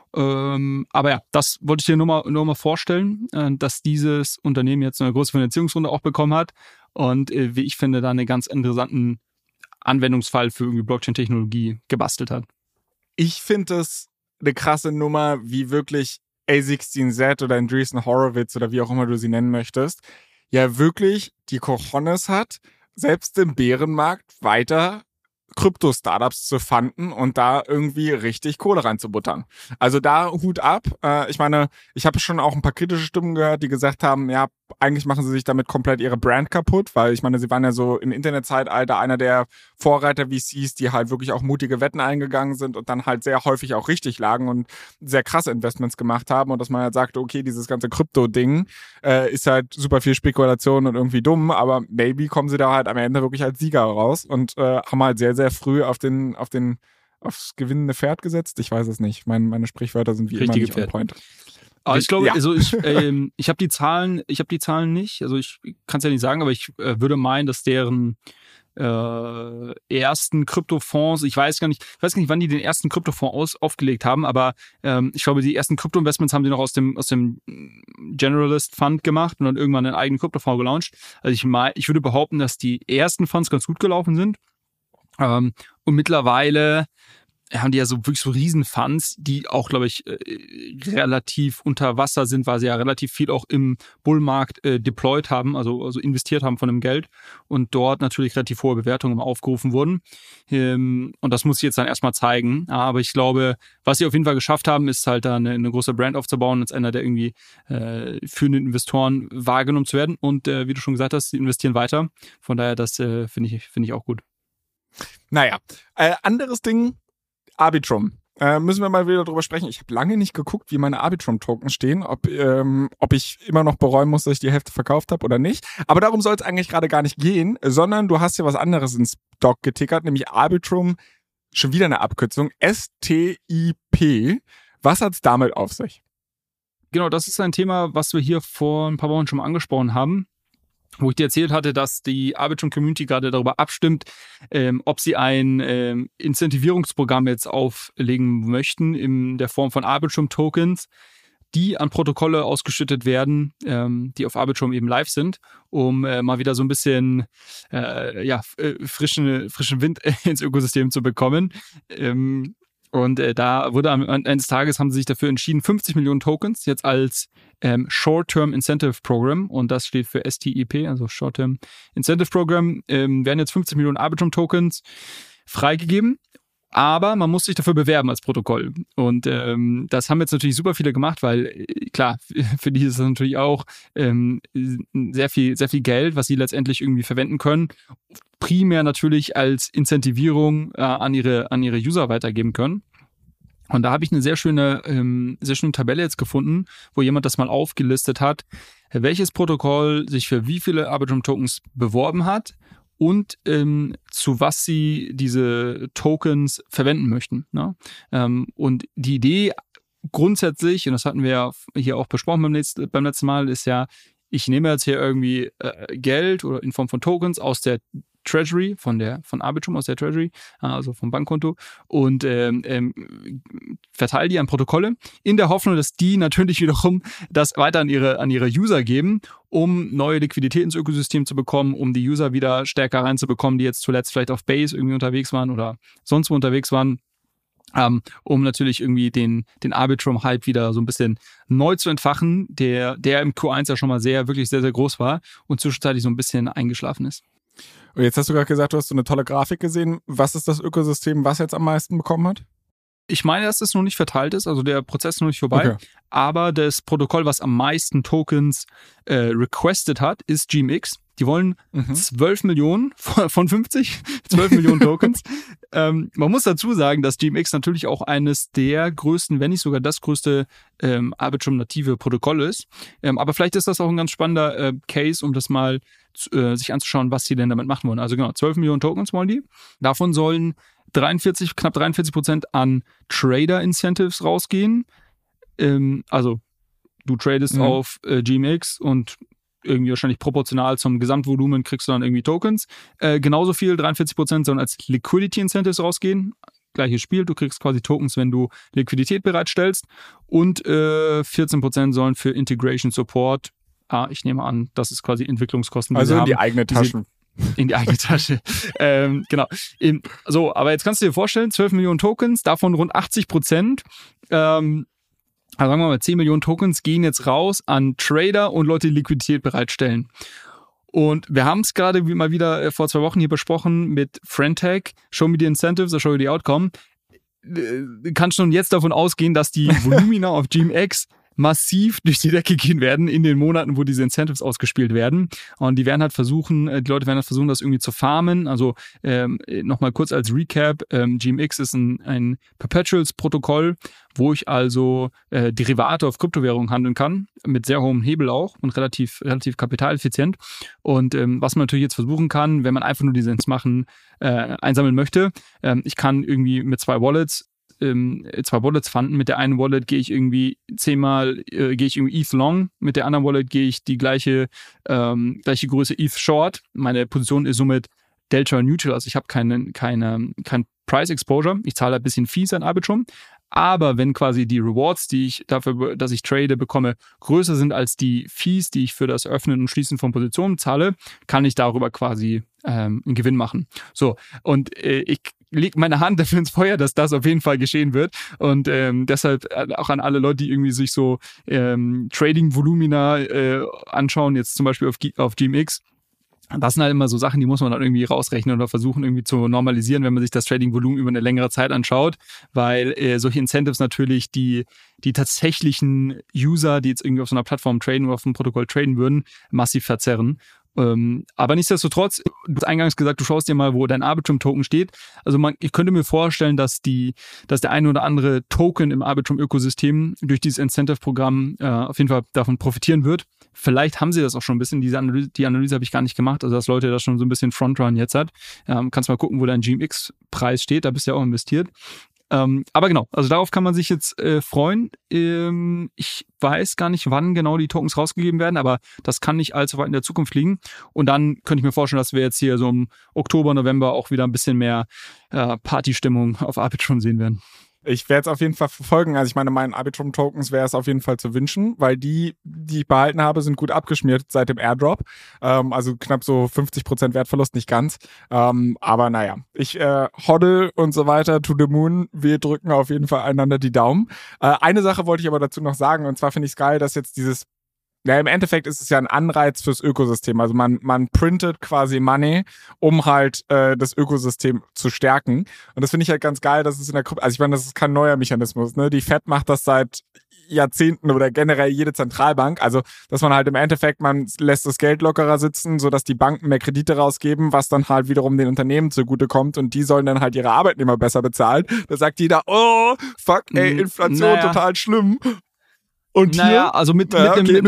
S3: Aber ja, das wollte ich dir nur mal vorstellen, dass dieses Unternehmen jetzt eine große Finanzierungsrunde auch bekommen hat und wie ich finde, da einen ganz interessanten Anwendungsfall für irgendwie Blockchain-Technologie gebastelt hat.
S2: Ich finde es eine krasse Nummer, wie wirklich A16Z oder Andreessen Horowitz oder wie auch immer du sie nennen möchtest, ja wirklich die Cojones hat, selbst im Bärenmarkt weiter Krypto-Startups zu fanden und da irgendwie richtig Kohle reinzubuttern. Also da Hut ab. Ich meine, ich habe schon auch ein paar kritische Stimmen gehört, die gesagt haben, ja, eigentlich machen sie sich damit komplett ihre Brand kaputt, weil ich meine, sie waren ja so im Internetzeitalter einer der Vorreiter-VCs, die halt wirklich auch mutige Wetten eingegangen sind und dann halt sehr häufig auch richtig lagen und sehr krasse Investments gemacht haben und dass man halt sagte, okay, dieses ganze Krypto-Ding ist halt super viel Spekulation und irgendwie dumm, aber maybe kommen sie da halt am Ende wirklich als Sieger raus und haben halt sehr, sehr früh aufs gewinnende Pferd gesetzt. Ich weiß es nicht. Meine Sprichwörter sind wie
S3: Richtige
S2: immer nicht on point.
S3: Aber ich glaube, also ich habe die Zahlen nicht, also ich kann es ja nicht sagen, aber ich würde meinen, dass deren ersten Kryptofonds, ich weiß gar nicht, wann die den ersten Kryptofonds aufgelegt haben, aber ich glaube, die ersten Kryptoinvestments haben die noch aus dem Generalist Fund gemacht und dann irgendwann einen eigenen Kryptofonds gelauncht. Also ich würde behaupten, dass die ersten Funds ganz gut gelaufen sind. Und mittlerweile haben die ja so wirklich so Riesenfunds, die auch, glaube ich, relativ unter Wasser sind, weil sie ja relativ viel auch im Bullmarkt deployed haben, also investiert haben von dem Geld und dort natürlich relativ hohe Bewertungen aufgerufen wurden. Und das muss ich jetzt dann erstmal zeigen. Aber ich glaube, was sie auf jeden Fall geschafft haben, ist halt da eine große Brand aufzubauen, als einer der irgendwie führenden Investoren wahrgenommen zu werden. Und wie du schon gesagt hast, sie investieren weiter. Von daher, das finde ich auch gut.
S2: Naja, anderes Ding, Arbitrum. Müssen wir mal wieder drüber sprechen. Ich habe lange nicht geguckt, wie meine Arbitrum-Token stehen, ob ich immer noch bereuen muss, dass ich die Hälfte verkauft habe oder nicht. Aber darum soll es eigentlich gerade gar nicht gehen, sondern du hast ja was anderes ins Dock getickert, nämlich Arbitrum, schon wieder eine Abkürzung, STIP. Was hat's damit auf sich?
S3: Genau, das ist ein Thema, was wir hier vor ein paar Wochen schon mal angesprochen haben, wo ich dir erzählt hatte, dass die Arbitrum-Community gerade darüber abstimmt, ob sie ein Incentivierungsprogramm jetzt auflegen möchten in der Form von Arbitrum-Tokens, die an Protokolle ausgeschüttet werden, die auf Arbitrum eben live sind, um mal wieder so ein bisschen frischen Wind ins Ökosystem zu bekommen. Und da wurde am Ende des Tages haben sie sich dafür entschieden, 50 Millionen Tokens jetzt als Short-Term Incentive Program, und das steht für STIP, also Short-Term Incentive Program, werden jetzt 50 Millionen Arbitrum Tokens freigegeben. Aber man muss sich dafür bewerben als Protokoll. Und das haben jetzt natürlich super viele gemacht, weil klar, für die ist das natürlich auch sehr viel Geld, was sie letztendlich irgendwie verwenden können. Primär natürlich als Incentivierung an ihre User weitergeben können. Und da habe ich eine sehr schöne Tabelle jetzt gefunden, wo jemand das mal aufgelistet hat, welches Protokoll sich für wie viele Arbitrum-Tokens beworben hat und zu was sie diese Tokens verwenden möchten. Ne? Und die Idee grundsätzlich, und das hatten wir ja hier auch besprochen beim letzten Mal, ist ja, ich nehme jetzt hier irgendwie Geld oder in Form von Tokens aus der Treasury, von Arbitrum aus der Treasury, also vom Bankkonto, und verteile die an Protokolle, in der Hoffnung, dass die natürlich wiederum das weiter an ihre User geben, um neue Liquidität ins Ökosystem zu bekommen, um die User wieder stärker reinzubekommen, die jetzt zuletzt vielleicht auf Base irgendwie unterwegs waren oder sonst wo unterwegs waren, um natürlich irgendwie den Arbitrum-Hype wieder so ein bisschen neu zu entfachen, der im Q1 ja schon mal wirklich sehr, sehr groß war und zwischenzeitlich so ein bisschen eingeschlafen ist.
S2: Und jetzt hast du gerade gesagt, du hast so eine tolle Grafik gesehen. Was ist das Ökosystem, was jetzt am meisten bekommen hat?
S3: Ich meine, dass es noch nicht verteilt ist, also der Prozess ist noch nicht vorbei, okay. Aber das Protokoll, was am meisten Tokens requested hat, ist GMX. Die wollen 12 Millionen von 50, 12 Millionen Tokens. Man muss dazu sagen, dass GMX natürlich auch eines der größten, wenn nicht sogar das größte Arbitrum-native Protokoll ist. Aber vielleicht ist das auch ein ganz spannender Case, um das mal sich anzuschauen, was sie denn damit machen wollen. Also genau, 12 Millionen Tokens wollen die. Davon sollen knapp 43% an Trader-Incentives rausgehen. Also du tradest auf GMX und irgendwie wahrscheinlich proportional zum Gesamtvolumen kriegst du dann irgendwie Tokens. Genauso viel, 43% sollen als Liquidity Incentives rausgehen. Gleiches Spiel, du kriegst quasi Tokens, wenn du Liquidität bereitstellst. Und 14% sollen für Integration Support, ich nehme an, das ist quasi Entwicklungskosten.
S2: Also in die eigene Tasche.
S3: In die eigene Tasche. Genau. So, aber jetzt kannst du dir vorstellen, 12 Millionen Tokens, davon rund 80%, also sagen wir mal, 10 Millionen Tokens gehen jetzt raus an Trader und Leute, die Liquidität bereitstellen. Und wir haben es gerade mal wieder vor 2 Wochen hier besprochen mit Friendtech, Show me the incentives or show you the outcome. Du kannst schon jetzt davon ausgehen, dass die Volumina auf GMX massiv durch die Decke gehen werden in den Monaten, wo diese Incentives ausgespielt werden. Und die Leute werden halt versuchen, das irgendwie zu farmen. Also nochmal kurz als Recap, GMX ist ein Perpetuals-Protokoll, wo ich also Derivate auf Kryptowährungen handeln kann, mit sehr hohem Hebel auch und relativ kapitaleffizient. Und was man natürlich jetzt versuchen kann, wenn man einfach nur Lizenz einsammeln möchte, ich kann irgendwie mit 2 Wallets fanden. Mit der einen Wallet gehe ich irgendwie 10-mal ETH long, mit der anderen Wallet gehe ich die gleiche Größe ETH short. Meine Position ist somit Delta neutral, also ich habe kein Price Exposure. Ich zahle ein bisschen Fees an Arbitrum. Aber wenn quasi die Rewards, die ich dafür, dass ich trade, bekomme, größer sind als die Fees, die ich für das Öffnen und Schließen von Positionen zahle, kann ich darüber quasi einen Gewinn machen. So, und ich lege meine Hand dafür ins Feuer, dass das auf jeden Fall geschehen wird. Und deshalb auch an alle Leute, die irgendwie sich so Trading-Volumina anschauen, jetzt zum Beispiel auf GMX. Das sind halt immer so Sachen, die muss man dann irgendwie rausrechnen oder versuchen irgendwie zu normalisieren, wenn man sich das Trading-Volumen über eine längere Zeit anschaut, weil solche Incentives natürlich die tatsächlichen User, die jetzt irgendwie auf so einer Plattform traden oder auf einem Protokoll traden würden, massiv verzerren. Aber nichtsdestotrotz, du hast eingangs gesagt, du schaust dir mal, wo dein Arbitrum-Token steht. Also ich könnte mir vorstellen, dass der eine oder andere Token im Arbitrum-Ökosystem durch dieses Incentive-Programm auf jeden Fall davon profitieren wird. Vielleicht haben sie das auch schon ein bisschen. Die Analyse habe ich gar nicht gemacht, also dass Leute das schon so ein bisschen Frontrun jetzt hat. Kannst mal gucken, wo dein GMX-Preis steht, da bist du ja auch investiert. Aber genau, also darauf kann man sich jetzt freuen. Ich weiß gar nicht, wann genau die Tokens rausgegeben werden, aber das kann nicht allzu weit in der Zukunft liegen. Und dann könnte ich mir vorstellen, dass wir jetzt hier so im Oktober, November auch wieder ein bisschen mehr Partystimmung auf Arbitrum sehen werden.
S2: Ich werde es auf jeden Fall verfolgen. Also ich meine, meinen Arbitrum-Tokens wäre es auf jeden Fall zu wünschen, weil die ich behalten habe, sind gut abgeschmiert seit dem Airdrop. Also knapp so 50% Wertverlust, nicht ganz. Aber naja, ich hodl und so weiter to the moon. Wir drücken auf jeden Fall einander die Daumen. Eine Sache wollte ich aber dazu noch sagen, und zwar finde ich es geil, dass jetzt dieses Ja, im Endeffekt ist es ja ein Anreiz fürs Ökosystem. Also man printet quasi Money, um halt das Ökosystem zu stärken. Und das finde ich halt ganz geil, dass es in der Krypto, also ich meine, das ist kein neuer Mechanismus, ne? Die Fed macht das seit Jahrzehnten oder generell jede Zentralbank. Also, dass man halt im Endeffekt, man lässt das Geld lockerer sitzen, sodass die Banken mehr Kredite rausgeben, was dann halt wiederum den Unternehmen zugutekommt und die sollen dann halt ihre Arbeitnehmer besser bezahlen. Da sagt jeder, oh, fuck, ey, Inflation total schlimm. Und hier,
S3: also mit einem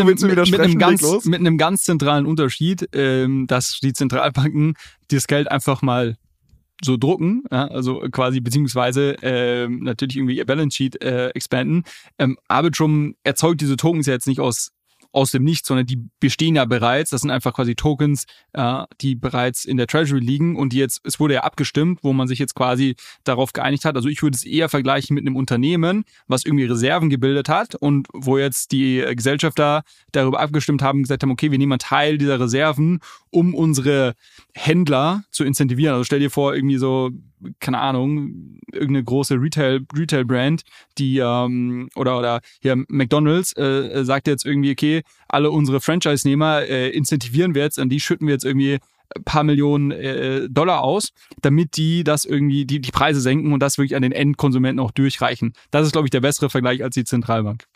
S3: ganz zentralen Unterschied, dass die Zentralbanken das Geld einfach mal so drucken, ja, also quasi beziehungsweise natürlich irgendwie ihr Balance Sheet expanden. Arbitrum erzeugt diese Tokens ja jetzt nicht aus dem Nichts, sondern die bestehen ja bereits. Das sind einfach quasi Tokens, die bereits in der Treasury liegen und die jetzt, es wurde ja abgestimmt, wo man sich jetzt quasi darauf geeinigt hat. Also ich würde es eher vergleichen mit einem Unternehmen, was irgendwie Reserven gebildet hat und wo jetzt die Gesellschafter darüber abgestimmt haben, gesagt haben, okay, wir nehmen einen Teil dieser Reserven, um unsere Händler zu incentivieren. Also stell dir vor, irgendwie so, keine Ahnung, irgendeine große Retail-Brand, die oder hier McDonald's sagt jetzt irgendwie, okay, alle unsere Franchise-Nehmer incentivieren wir jetzt und die schütten wir jetzt irgendwie ein paar Millionen Dollar aus, damit die das irgendwie, die Preise senken und das wirklich an den Endkonsumenten auch durchreichen. Das ist, glaube ich, der bessere Vergleich als die Zentralbank.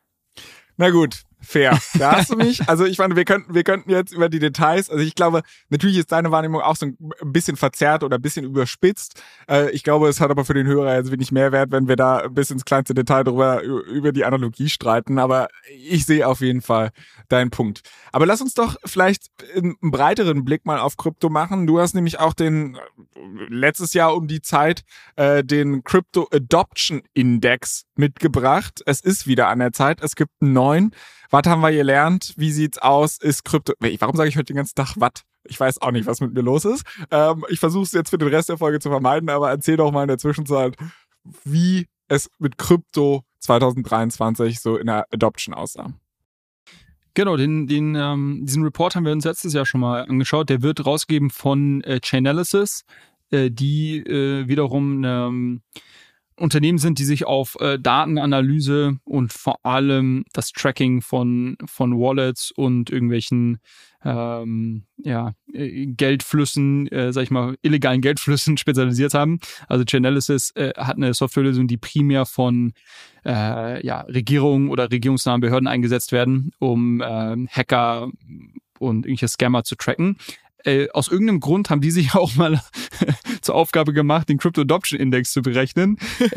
S2: Na gut, fair. Da hast du mich. Also ich meine, wir könnten jetzt über die Details, also ich glaube, natürlich ist deine Wahrnehmung auch so ein bisschen verzerrt oder ein bisschen überspitzt. Ich glaube, es hat aber für den Hörer jetzt wenig Mehrwert, wenn wir da bis ins kleinste Detail über die Analogie streiten. Aber ich sehe auf jeden Fall deinen Punkt. Aber lass uns doch vielleicht einen breiteren Blick mal auf Krypto machen. Du hast nämlich auch letztes Jahr um die Zeit den Crypto Adoption Index mitgebracht. Es ist wieder an der Zeit. Es gibt einen neuen. Was haben wir gelernt? Wie sieht's aus? Ist Krypto... Warum sage ich heute den ganzen Tag was? Ich weiß auch nicht, was mit mir los ist. Ich versuche es jetzt für den Rest der Folge zu vermeiden, aber erzähl doch mal in der Zwischenzeit, wie es mit Krypto 2023 so in der Adoption aussah.
S3: Genau, diesen Report haben wir uns letztes Jahr schon mal angeschaut. Der wird rausgegeben von Chainalysis, die wiederum Unternehmen sind, die sich auf Datenanalyse und vor allem das Tracking von Wallets und irgendwelchen Geldflüssen, sag ich mal, illegalen Geldflüssen spezialisiert haben. Also Chainalysis hat eine Softwarelösung, die primär von Regierungen oder regierungsnahen Behörden eingesetzt werden, um Hacker und irgendwelche Scammer zu tracken. Aus irgendeinem Grund haben die sich auch mal zur Aufgabe gemacht, den Crypto Adoption Index zu berechnen.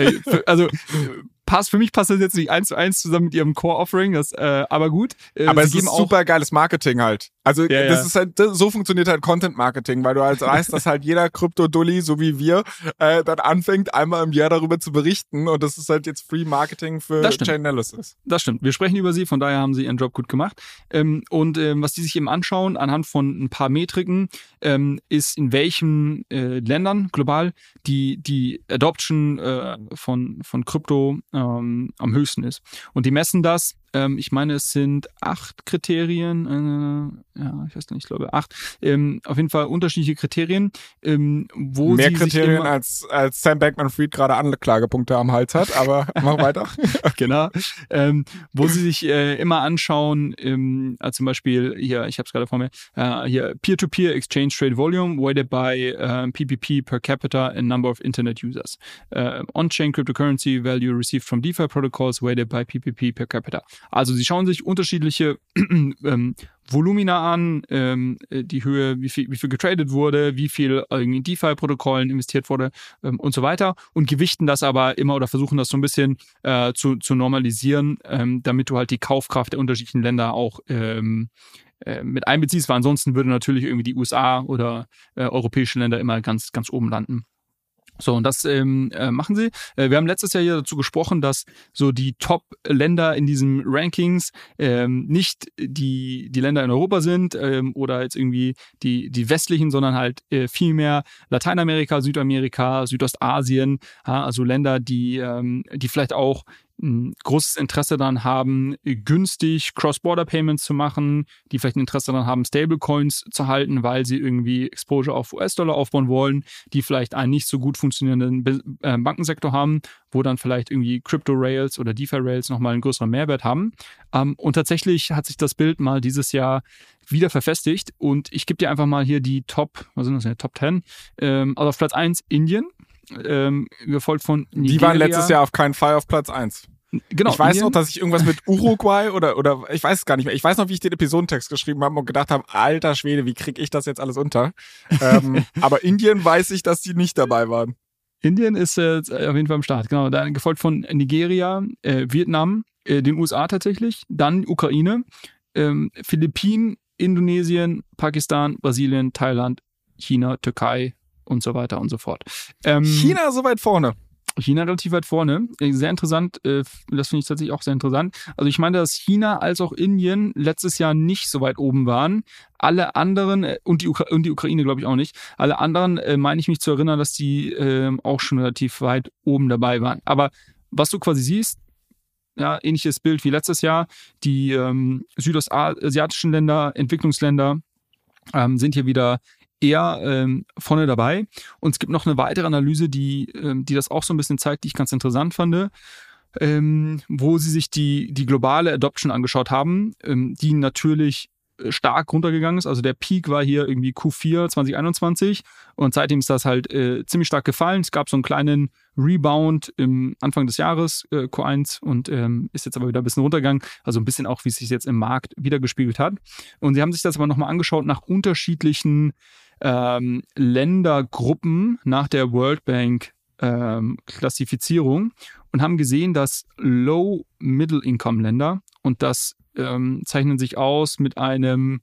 S3: Für mich passt das jetzt nicht 1:1 zusammen mit ihrem Core-Offering, aber gut.
S2: Aber es ist super geiles Marketing halt. Also ist halt, so funktioniert halt Content-Marketing, weil du halt weißt, dass halt jeder Krypto-Dulli, so wie wir, dann anfängt, einmal im Jahr darüber zu berichten und das ist halt jetzt Free-Marketing für Chainalysis.
S3: Das stimmt. Wir sprechen über sie, von daher haben sie ihren Job gut gemacht. Was die sich eben anschauen, anhand von ein paar Metriken, ist in welchen Ländern global die Adoption von Krypto am höchsten ist. Und die messen das, ich meine, es sind 8 Kriterien, ich weiß nicht, ich glaube 8, auf jeden Fall unterschiedliche Kriterien, wo
S2: mehr
S3: sie
S2: Kriterien als Sam Bankman-Fried gerade Anklagepunkte am Hals hat, aber mach weiter.
S3: Genau, wo sie sich immer anschauen, zum Beispiel hier, ich habe es gerade vor mir, hier Peer-to-Peer Exchange Trade Volume weighted by PPP per capita and number of Internet users. On-chain cryptocurrency value received from DeFi protocols weighted by PPP per capita. Also sie schauen sich unterschiedliche Volumina an, die Höhe, wie viel getradet wurde, wie viel in DeFi-Protokollen investiert wurde und so weiter und gewichten das aber immer oder versuchen das so ein bisschen zu normalisieren, damit du halt die Kaufkraft der unterschiedlichen Länder auch mit einbeziehst, weil ansonsten würde natürlich irgendwie die USA oder europäische Länder immer ganz, ganz oben landen. So, und das machen sie. Wir haben letztes Jahr hier dazu gesprochen, dass so die Top-Länder in diesen Rankings nicht die Länder in Europa sind oder jetzt irgendwie die westlichen, sondern halt viel Lateinamerika, Südamerika, Südostasien, also Länder, die vielleicht auch ein großes Interesse daran haben, günstig Cross-Border-Payments zu machen, die vielleicht ein Interesse daran haben, Stablecoins zu halten, weil sie irgendwie Exposure auf US-Dollar aufbauen wollen, die vielleicht einen nicht so gut funktionierenden Bankensektor haben, wo dann vielleicht irgendwie Crypto-Rails oder DeFi-Rails nochmal einen größeren Mehrwert haben. Und tatsächlich hat sich das Bild mal dieses Jahr wieder verfestigt und ich gebe dir einfach mal hier die Top 10. Also auf Platz 1 Indien. Gefolgt von Nigeria.
S2: Die waren letztes Jahr auf keinen Fall auf Platz 1.
S3: Genau.
S2: Ich weiß noch, dass ich irgendwas mit Uruguay oder ich weiß es gar nicht mehr. Ich weiß noch, wie ich den Episodentext geschrieben habe und gedacht habe, alter Schwede, wie kriege ich das jetzt alles unter? Aber Indien weiß ich, dass die nicht dabei waren.
S3: Indien ist auf jeden Fall am Start, genau. Dann gefolgt von Nigeria, Vietnam, den USA tatsächlich, dann Ukraine, Philippinen, Indonesien, Pakistan, Brasilien, Thailand, China, Türkei und so weiter und so fort.
S2: China so weit vorne.
S3: China relativ weit vorne. Sehr interessant, das finde ich tatsächlich auch sehr interessant. Also ich meine, dass China als auch Indien letztes Jahr nicht so weit oben waren. Alle anderen, und die Ukraine glaube ich auch nicht, alle anderen meine ich mich zu erinnern, dass die auch schon relativ weit oben dabei waren. Aber was du quasi siehst, ja, ähnliches Bild wie letztes Jahr, die südostasiatischen Länder, Entwicklungsländer sind hier wieder eher vorne dabei. Und es gibt noch eine weitere Analyse, die das auch so ein bisschen zeigt, die ich ganz interessant fand, wo sie sich die globale Adoption angeschaut haben, die natürlich stark runtergegangen ist. Also der Peak war hier irgendwie Q4 2021 und seitdem ist das halt ziemlich stark gefallen. Es gab so einen kleinen Rebound im Anfang des Jahres, Q1, und ist jetzt aber wieder ein bisschen runtergegangen. Also ein bisschen auch, wie es sich jetzt im Markt wiedergespiegelt hat. Und sie haben sich das aber nochmal angeschaut nach unterschiedlichen Ländergruppen nach der World Bank Klassifizierung und haben gesehen, dass Low-Middle-Income-Länder, und das zeichnen sich aus mit einem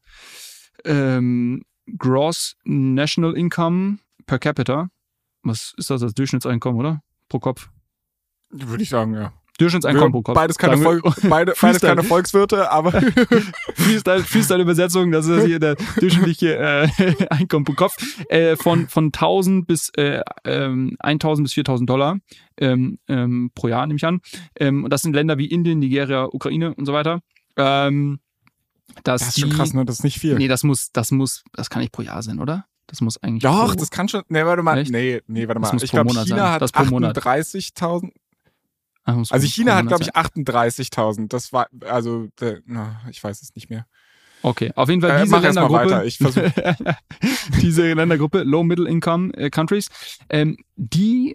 S3: Gross National Income per capita. Was ist das Durchschnittseinkommen, oder? Pro Kopf?
S2: Würde ich sagen, ja.
S3: Durchschnittseinkommen pro Kopf.
S2: Beides keine Volkswirte, aber
S3: Freestyle-Übersetzung, das ist hier der durchschnittliche Einkommen pro Kopf. Von 1.000 bis 1.000 bis 4.000 Dollar pro Jahr, nehme ich an. Und das sind Länder wie Indien, Nigeria, Ukraine und so weiter. Das
S2: ist schon krass, ne? Das ist nicht viel.
S3: Nee, das kann nicht pro Jahr sein, oder? Das muss eigentlich.
S2: Doch, das kann schon. Nee, warte mal.
S3: Echt?
S2: Nee, warte mal.
S3: Ich glaube,
S2: China hat 38.000. Also China hat, glaube ich, 38.000. Das war, also, ich weiß es nicht mehr.
S3: Okay, auf jeden Fall diese Ländergruppe.
S2: Weiter. Ich versuche.
S3: Diese Ländergruppe, Low-Middle-Income Countries, die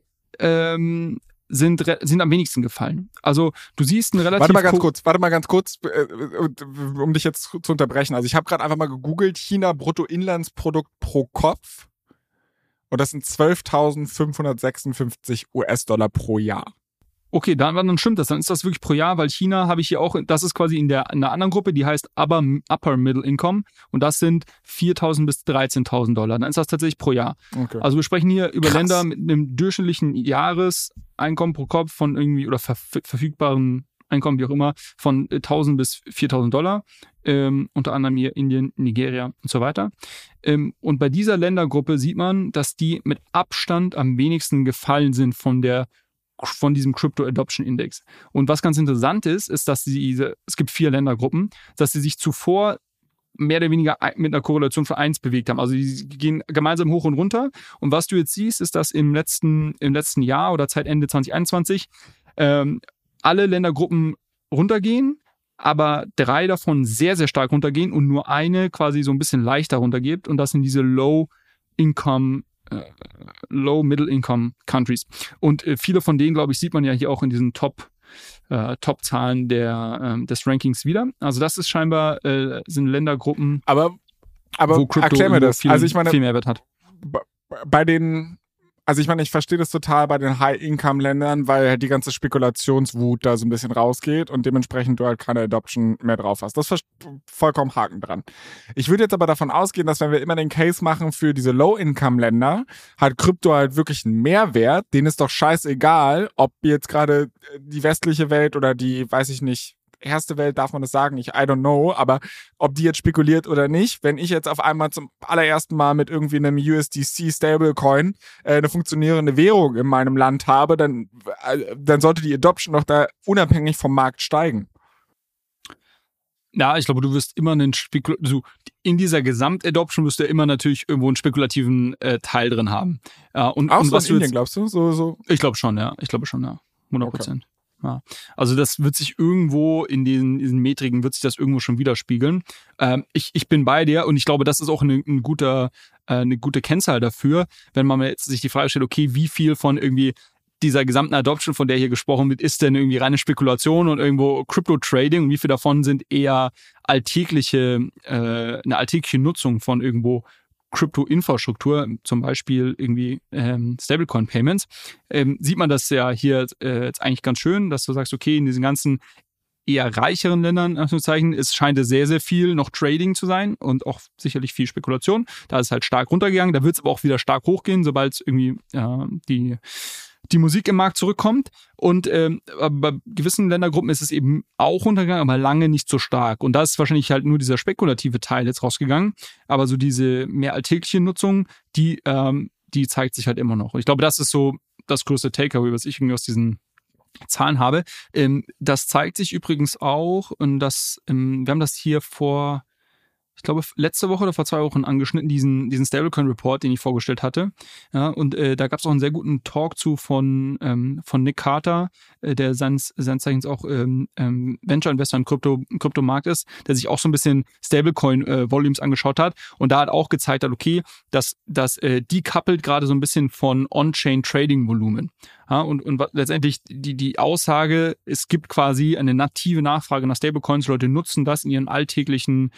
S3: sind am wenigsten gefallen. Also du siehst ein relativ...
S2: Warte mal ganz kurz, um dich jetzt zu unterbrechen. Also ich habe gerade einfach mal gegoogelt, China Bruttoinlandsprodukt pro Kopf, und das sind 12.556 US-Dollar pro Jahr.
S3: Okay, dann stimmt das. Dann ist das wirklich pro Jahr, weil China habe ich hier auch, das ist quasi in einer anderen Gruppe, die heißt Upper Middle Income, und das sind 4.000 bis 13.000 Dollar. Dann ist das tatsächlich pro Jahr. Okay. Also wir sprechen hier über Länder mit einem durchschnittlichen Jahreseinkommen pro Kopf von irgendwie, oder verfügbaren Einkommen, wie auch immer, von 1.000 bis 4.000 Dollar. Unter anderem hier Indien, Nigeria und so weiter. Und bei dieser Ländergruppe sieht man, dass die mit Abstand am wenigsten gefallen sind von diesem Crypto Adoption Index. Und was ganz interessant ist, dass es gibt 4 Ländergruppen, dass sie sich zuvor mehr oder weniger mit einer Korrelation von 1 bewegt haben. Also die gehen gemeinsam hoch und runter. Und was du jetzt siehst, ist, dass im letzten Jahr oder Zeitende 2021 alle Ländergruppen runtergehen, aber 3 davon sehr, sehr stark runtergehen und nur eine quasi so ein bisschen leichter runtergeht. Und das sind diese Low-Middle-Income Countries. Und viele von denen, glaube ich, sieht man ja hier auch in diesen Top-Zahlen des Rankings wieder. Also das ist scheinbar, sind Ländergruppen,
S2: aber
S3: wo Crypto
S2: erklär mir das.
S3: Viel Mehrwert hat.
S2: Ich verstehe das total bei den High-Income-Ländern, weil halt die ganze Spekulationswut da so ein bisschen rausgeht und dementsprechend du halt keine Adoption mehr drauf hast. Das ist vollkommen Haken dran. Ich würde jetzt aber davon ausgehen, dass wenn wir immer den Case machen für diese Low-Income-Länder, hat Krypto halt wirklich einen Mehrwert. Denen ist doch scheißegal, ob jetzt gerade die westliche Welt oder die, weiß ich nicht, erste Welt darf man das sagen, I don't know, aber ob die jetzt spekuliert oder nicht, wenn ich jetzt auf einmal zum allerersten Mal mit irgendwie einem USDC Stablecoin eine funktionierende Währung in meinem Land habe, dann sollte die Adoption doch da unabhängig vom Markt steigen.
S3: Ja, ich glaube, du wirst immer in dieser Gesamt-Adoption wirst du ja immer natürlich irgendwo einen spekulativen Teil drin haben. Und
S2: was in Indien, glaubst du? So?
S3: Ich glaube schon, ja. 100%. Okay. Ja. Also das wird sich irgendwo in diesen Metriken wird sich das irgendwo schon widerspiegeln. Ich bin bei dir und ich glaube, das ist auch eine gute Kennzahl dafür, wenn man jetzt sich die Frage stellt, okay, wie viel von irgendwie dieser gesamten Adoption, von der hier gesprochen wird, ist denn irgendwie reine Spekulation und irgendwo Crypto-Trading und wie viel davon sind eher eine alltägliche Nutzung von irgendwo Krypto-Infrastruktur, zum Beispiel irgendwie Stablecoin-Payments, sieht man das ja hier jetzt eigentlich ganz schön, dass du sagst, okay, in diesen ganzen eher reicheren Ländern, Anführungszeichen, es scheint sehr, sehr viel noch Trading zu sein und auch sicherlich viel Spekulation. Da ist es halt stark runtergegangen, da wird es aber auch wieder stark hochgehen, sobald es irgendwie die Musik im Markt zurückkommt. Und bei gewissen Ländergruppen ist es eben auch runtergegangen, aber lange nicht so stark. Und da ist wahrscheinlich halt nur dieser spekulative Teil jetzt rausgegangen. Aber so diese mehr alltägliche Nutzung, die zeigt sich halt immer noch. Und ich glaube, das ist so das größte Takeaway, was ich irgendwie aus diesen Zahlen habe. Das zeigt sich übrigens auch, und wir haben das hier ich glaube, letzte Woche oder vor 2 Wochen angeschnitten, diesen Stablecoin-Report, den ich vorgestellt hatte. Ja, und da gab es auch einen sehr guten Talk zu von Nick Carter, der seines Zeichens auch Venture-Investor im Kryptomarkt ist, der sich auch so ein bisschen Stablecoin-Volumes angeschaut hat und da hat auch gezeigt hat, okay, dass decoupled gerade so ein bisschen von On-Chain-Trading-Volumen. Ja, und letztendlich die Aussage, es gibt quasi eine native Nachfrage nach Stablecoins, Leute nutzen das in ihrem alltäglichen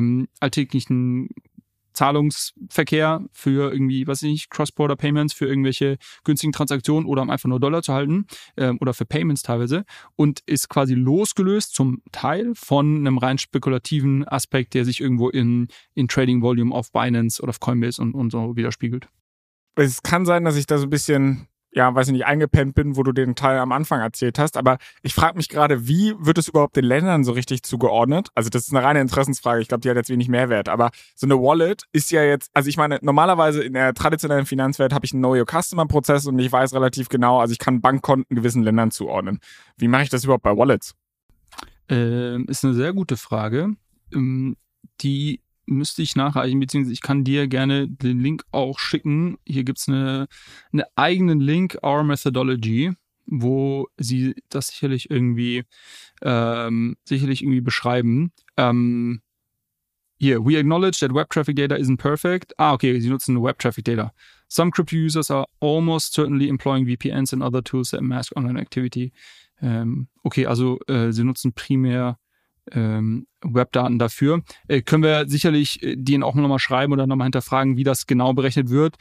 S3: Zahlungsverkehr für irgendwie, Cross-Border-Payments, für irgendwelche günstigen Transaktionen oder um einfach nur Dollar zu halten oder für Payments teilweise und ist quasi losgelöst zum Teil von einem rein spekulativen Aspekt, der sich irgendwo in Trading Volume auf Binance oder auf Coinbase und so widerspiegelt.
S2: Es kann sein, dass ich da so ein bisschen eingepennt bin, wo du den Teil am Anfang erzählt hast. Aber ich frage mich gerade, wie wird es überhaupt den Ländern so richtig zugeordnet? Also das ist eine reine Interessensfrage. Ich glaube, die hat jetzt wenig Mehrwert. Aber so eine Wallet ist ja jetzt, also ich meine, normalerweise in der traditionellen Finanzwelt habe ich einen Know-Your-Customer-Prozess und ich weiß relativ genau, also ich kann Bankkonten gewissen Ländern zuordnen. Wie mache ich das überhaupt bei Wallets?
S3: Ist eine sehr gute Frage. Die müsste ich nachreichen, beziehungsweise ich kann dir gerne den Link auch schicken. Hier gibt es einen eigenen Link, Our Methodology, wo sie das sicherlich irgendwie beschreiben. Here, we acknowledge that web traffic data isn't perfect. Okay, sie nutzen web traffic data. Some crypto users are almost certainly employing VPNs and other tools that mask online activity. Okay, also sie nutzen primär Webdaten dafür. Können wir sicherlich denen auch nochmal schreiben oder nochmal hinterfragen, wie das genau berechnet wird.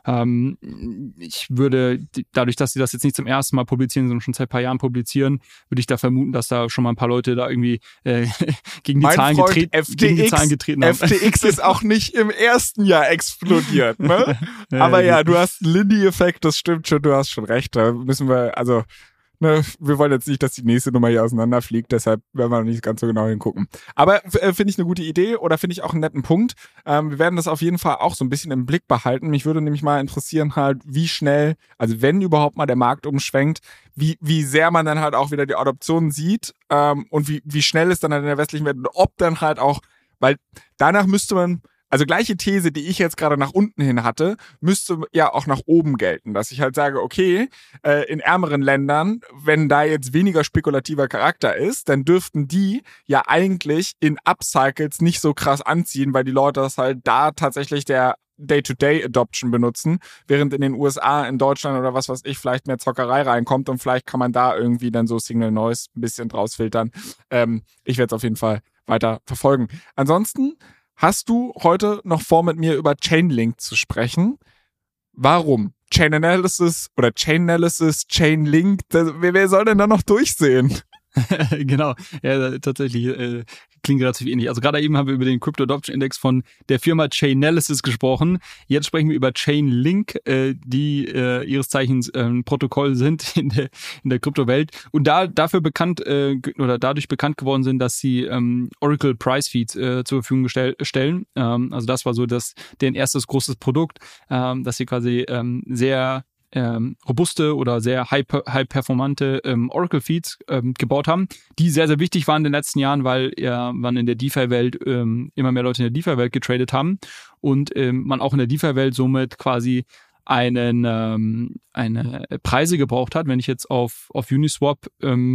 S3: Ich würde, dadurch, dass sie das jetzt nicht zum ersten Mal publizieren, sondern schon seit ein paar Jahren publizieren, würde ich da vermuten, dass da schon mal ein paar Leute da irgendwie gegen die Zahlen getreten haben.
S2: FTX ist auch nicht im ersten Jahr explodiert, ne? Aber ja, du hast einen Lindy-Effekt, das stimmt schon, du hast schon recht. Da müssen wir, also wir wollen jetzt nicht, dass die nächste Nummer hier auseinanderfliegt, deshalb werden wir noch nicht ganz so genau hingucken. Aber finde ich eine gute Idee oder finde ich auch einen netten Punkt. Wir werden das auf jeden Fall auch so ein bisschen im Blick behalten. Mich würde nämlich mal interessieren halt, wie schnell, also wenn überhaupt mal der Markt umschwenkt, wie sehr man dann halt auch wieder die Adoption sieht und wie schnell es dann halt in der westlichen Welt und ob dann halt auch, weil danach müsste man, also gleiche These, die ich jetzt gerade nach unten hin hatte, müsste ja auch nach oben gelten. Dass ich halt sage, okay, in ärmeren Ländern, wenn da jetzt weniger spekulativer Charakter ist, dann dürften die ja eigentlich in Upcycles nicht so krass anziehen, weil die Leute das halt da tatsächlich der Day-to-Day-Adoption benutzen, während in den USA, in Deutschland oder was weiß ich, vielleicht mehr Zockerei reinkommt und vielleicht kann man da irgendwie dann so Signal Noise ein bisschen draus filtern. Ich werde es auf jeden Fall weiter verfolgen. Ansonsten hast du heute noch vor, mit mir über Chainlink zu sprechen? Warum? Chain Analysis, Chainlink, wer soll denn da noch durchsehen?
S3: Genau, ja, tatsächlich klingt relativ ähnlich. Also gerade eben haben wir über den Crypto Adoption Index von der Firma Chainalysis gesprochen. Jetzt sprechen wir über Chainlink, die ihres Zeichens Protokoll sind in der Kryptowelt und dadurch bekannt geworden sind, dass sie Oracle Price Feeds zur Verfügung stellen. Also das war so deren erstes großes Produkt, dass sie quasi sehr robuste oder sehr high-performante Oracle-Feeds gebaut haben, die sehr, sehr wichtig waren in den letzten Jahren, weil man in der DeFi-Welt immer mehr Leute in der DeFi-Welt getradet haben und man auch in der DeFi-Welt somit quasi eine Preise gebraucht hat. Wenn ich jetzt auf Uniswap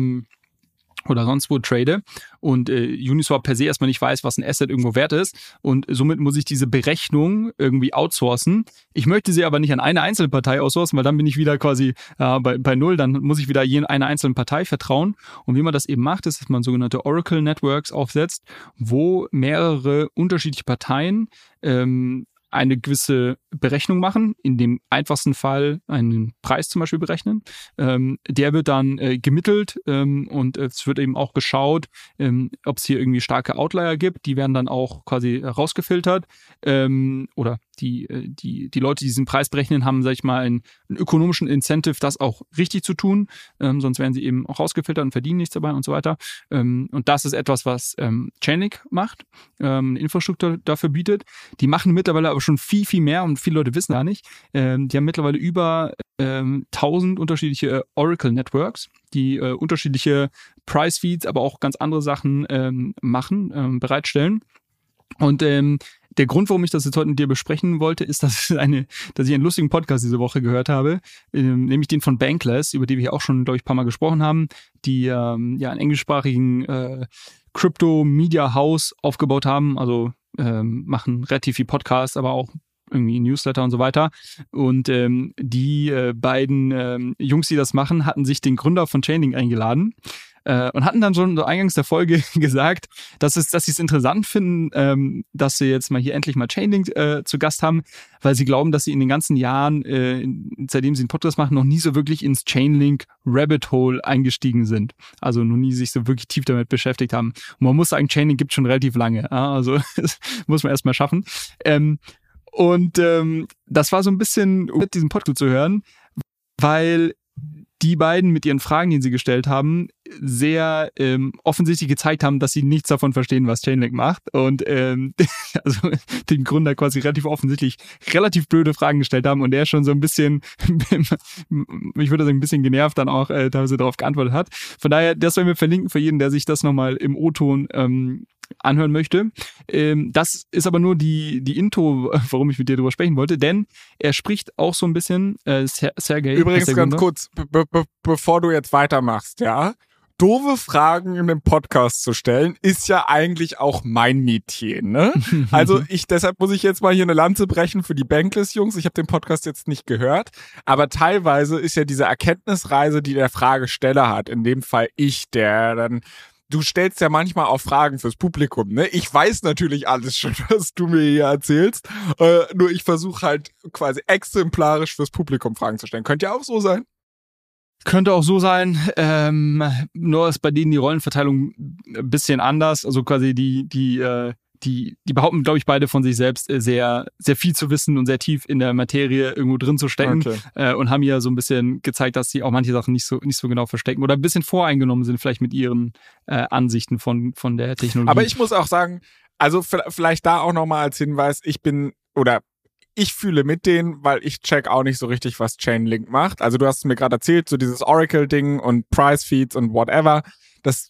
S3: oder sonst wo trade und Uniswap per se erstmal nicht weiß, was ein Asset irgendwo wert ist und somit muss ich diese Berechnung irgendwie outsourcen. Ich möchte sie aber nicht an eine einzelne Partei outsourcen, weil dann bin ich wieder quasi bei Null, dann muss ich wieder einer einzelnen Partei vertrauen und wie man das eben macht, ist, dass man sogenannte Oracle Networks aufsetzt, wo mehrere unterschiedliche Parteien eine gewisse Berechnung machen, in dem einfachsten Fall einen Preis zum Beispiel berechnen. Der wird dann gemittelt und es wird eben auch geschaut, ob es hier irgendwie starke Outlier gibt. Die werden dann auch quasi rausgefiltert oder die Leute, die diesen Preis berechnen, haben, sag ich mal, einen ökonomischen Incentive, das auch richtig zu tun. Sonst werden sie eben auch rausgefiltert und verdienen nichts dabei und so weiter. Und das ist etwas, was Chainlink macht, eine Infrastruktur dafür bietet. Die machen mittlerweile aber schon viel, viel mehr und viele Leute wissen gar nicht. Die haben mittlerweile über 1000 unterschiedliche Oracle Networks, die unterschiedliche Price Feeds, aber auch ganz andere Sachen bereitstellen. Und der Grund, warum ich das jetzt heute mit dir besprechen wollte, ist, dass ich einen lustigen Podcast diese Woche gehört habe, nämlich den von Bankless, über die wir hier auch schon, glaube ich, ein paar Mal gesprochen haben, die einen englischsprachigen Crypto-Media-House aufgebaut haben, also machen relativ viel Podcasts, aber auch irgendwie Newsletter und so weiter. Und die beiden Jungs, die das machen, hatten sich den Gründer von Chainlink eingeladen und hatten dann schon so eingangs der Folge gesagt, dass sie es interessant finden, dass sie jetzt mal hier endlich mal Chainlink zu Gast haben, weil sie glauben, dass sie in den ganzen Jahren, seitdem sie einen Podcast machen, noch nie so wirklich ins Chainlink Rabbit Hole eingestiegen sind. Also noch nie sich so wirklich tief damit beschäftigt haben. Und man muss sagen, Chainlink gibt es schon relativ lange. Ja? Also das muss man erstmal schaffen. Und das war so ein bisschen, um diesen Podcast zu hören, weil die beiden mit ihren Fragen, die sie gestellt haben, sehr offensichtlich gezeigt haben, dass sie nichts davon verstehen, was Chainlink macht. Und also den Gründer quasi relativ offensichtlich relativ blöde Fragen gestellt haben und der schon so ein bisschen, ich würde sagen, ein bisschen genervt dann auch teilweise darauf geantwortet hat. Von daher, das werden wir verlinken für jeden, der sich das nochmal im O-Ton anhören möchte. Das ist aber nur die Intro, warum ich mit dir drüber sprechen wollte, denn er spricht auch so ein bisschen, Sergej.
S2: Übrigens ganz kurz, bevor du jetzt weitermachst, ja, doofe Fragen in dem Podcast zu stellen, ist ja eigentlich auch mein Metier, ne? Also deshalb muss ich jetzt mal hier eine Lanze brechen für die Bankless-Jungs. Ich habe den Podcast jetzt nicht gehört, aber teilweise ist ja diese Erkenntnisreise, die der Fragesteller hat, in dem Fall ich, der dann du stellst ja manchmal auch Fragen fürs Publikum, ne? Ich weiß natürlich alles schon, was du mir hier erzählst, nur ich versuche halt quasi exemplarisch fürs Publikum Fragen zu stellen. Könnte ja auch so sein.
S3: Könnte auch so sein, nur ist bei denen die Rollenverteilung ein bisschen anders, also quasi die behaupten, glaube ich, beide von sich selbst sehr, sehr viel zu wissen und sehr tief in der Materie irgendwo drin zu stecken. Okay. Und haben ja so ein bisschen gezeigt, dass sie auch manche Sachen nicht so genau verstecken oder ein bisschen voreingenommen sind, vielleicht mit ihren Ansichten von der Technologie.
S2: Aber ich muss auch sagen, also vielleicht da auch nochmal als Hinweis, ich fühle mit denen, weil ich check auch nicht so richtig, was Chainlink macht. Also du hast mir gerade erzählt, so dieses Oracle-Ding und Price Feeds und whatever. Das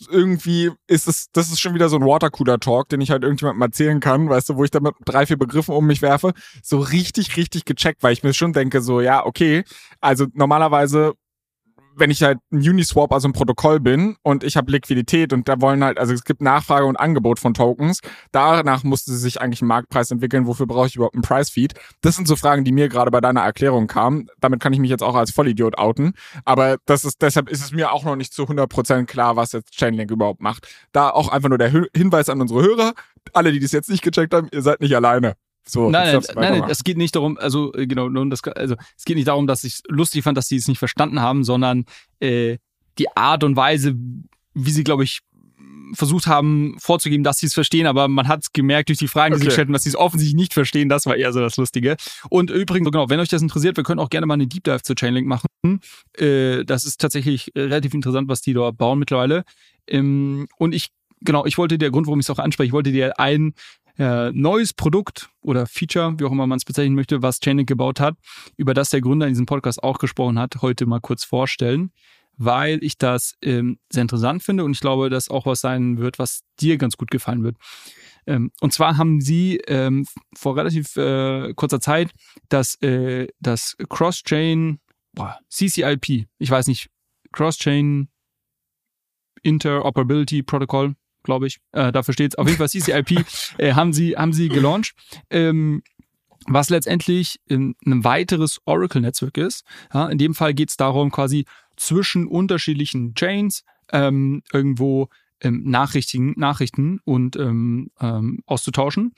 S2: ist schon wieder so ein Watercooler-Talk, den ich halt irgendjemandem erzählen kann, weißt du, wo ich dann mit 3-4 Begriffen um mich werfe, so richtig gecheckt, weil ich mir schon denke, so, ja, okay, also normalerweise, wenn ich halt ein Uniswap, also ein Protokoll bin und ich habe Liquidität und da wollen halt, also es gibt Nachfrage und Angebot von Tokens, danach musste sich eigentlich ein Marktpreis entwickeln, wofür brauche ich überhaupt einen Price-Feed? Das sind so Fragen, die mir gerade bei deiner Erklärung kamen. Damit kann ich mich jetzt auch als Vollidiot outen, aber deshalb ist es mir auch noch nicht zu 100% klar, was jetzt Chainlink überhaupt macht. Da auch einfach nur der Hinweis an unsere Hörer, alle, die das jetzt nicht gecheckt haben, ihr seid nicht alleine. So,
S3: nein, es geht nicht darum, es geht nicht darum, dass ich es lustig fand, dass sie es nicht verstanden haben, sondern die Art und Weise, wie sie, glaube ich, versucht haben vorzugeben, dass sie es verstehen, aber man hat es gemerkt durch die Fragen, die sie gestellt haben, dass sie es offensichtlich nicht verstehen. Das war eher so das Lustige. Und übrigens, genau, wenn euch das interessiert, wir können auch gerne mal eine Deep Dive zu Chainlink machen. Das ist tatsächlich relativ interessant, was die dort bauen mittlerweile. Und ich wollte der Grund, warum ich es auch anspreche, ich wollte dir ein neues Produkt oder Feature, wie auch immer man es bezeichnen möchte, was Chainlink gebaut hat, über das der Gründer in diesem Podcast auch gesprochen hat, heute mal kurz vorstellen, weil ich das sehr interessant finde und ich glaube, dass auch was sein wird, was dir ganz gut gefallen wird. Und zwar haben sie vor relativ kurzer Zeit das Cross-Chain CCIP, ich weiß nicht, Cross-Chain Interoperability Protocol, glaube ich, dafür steht es. Auf jeden Fall CCIP haben sie gelauncht, was letztendlich ein weiteres Oracle-Netzwerk ist. Ja, in dem Fall geht es darum, quasi zwischen unterschiedlichen Chains irgendwo Nachrichten und auszutauschen.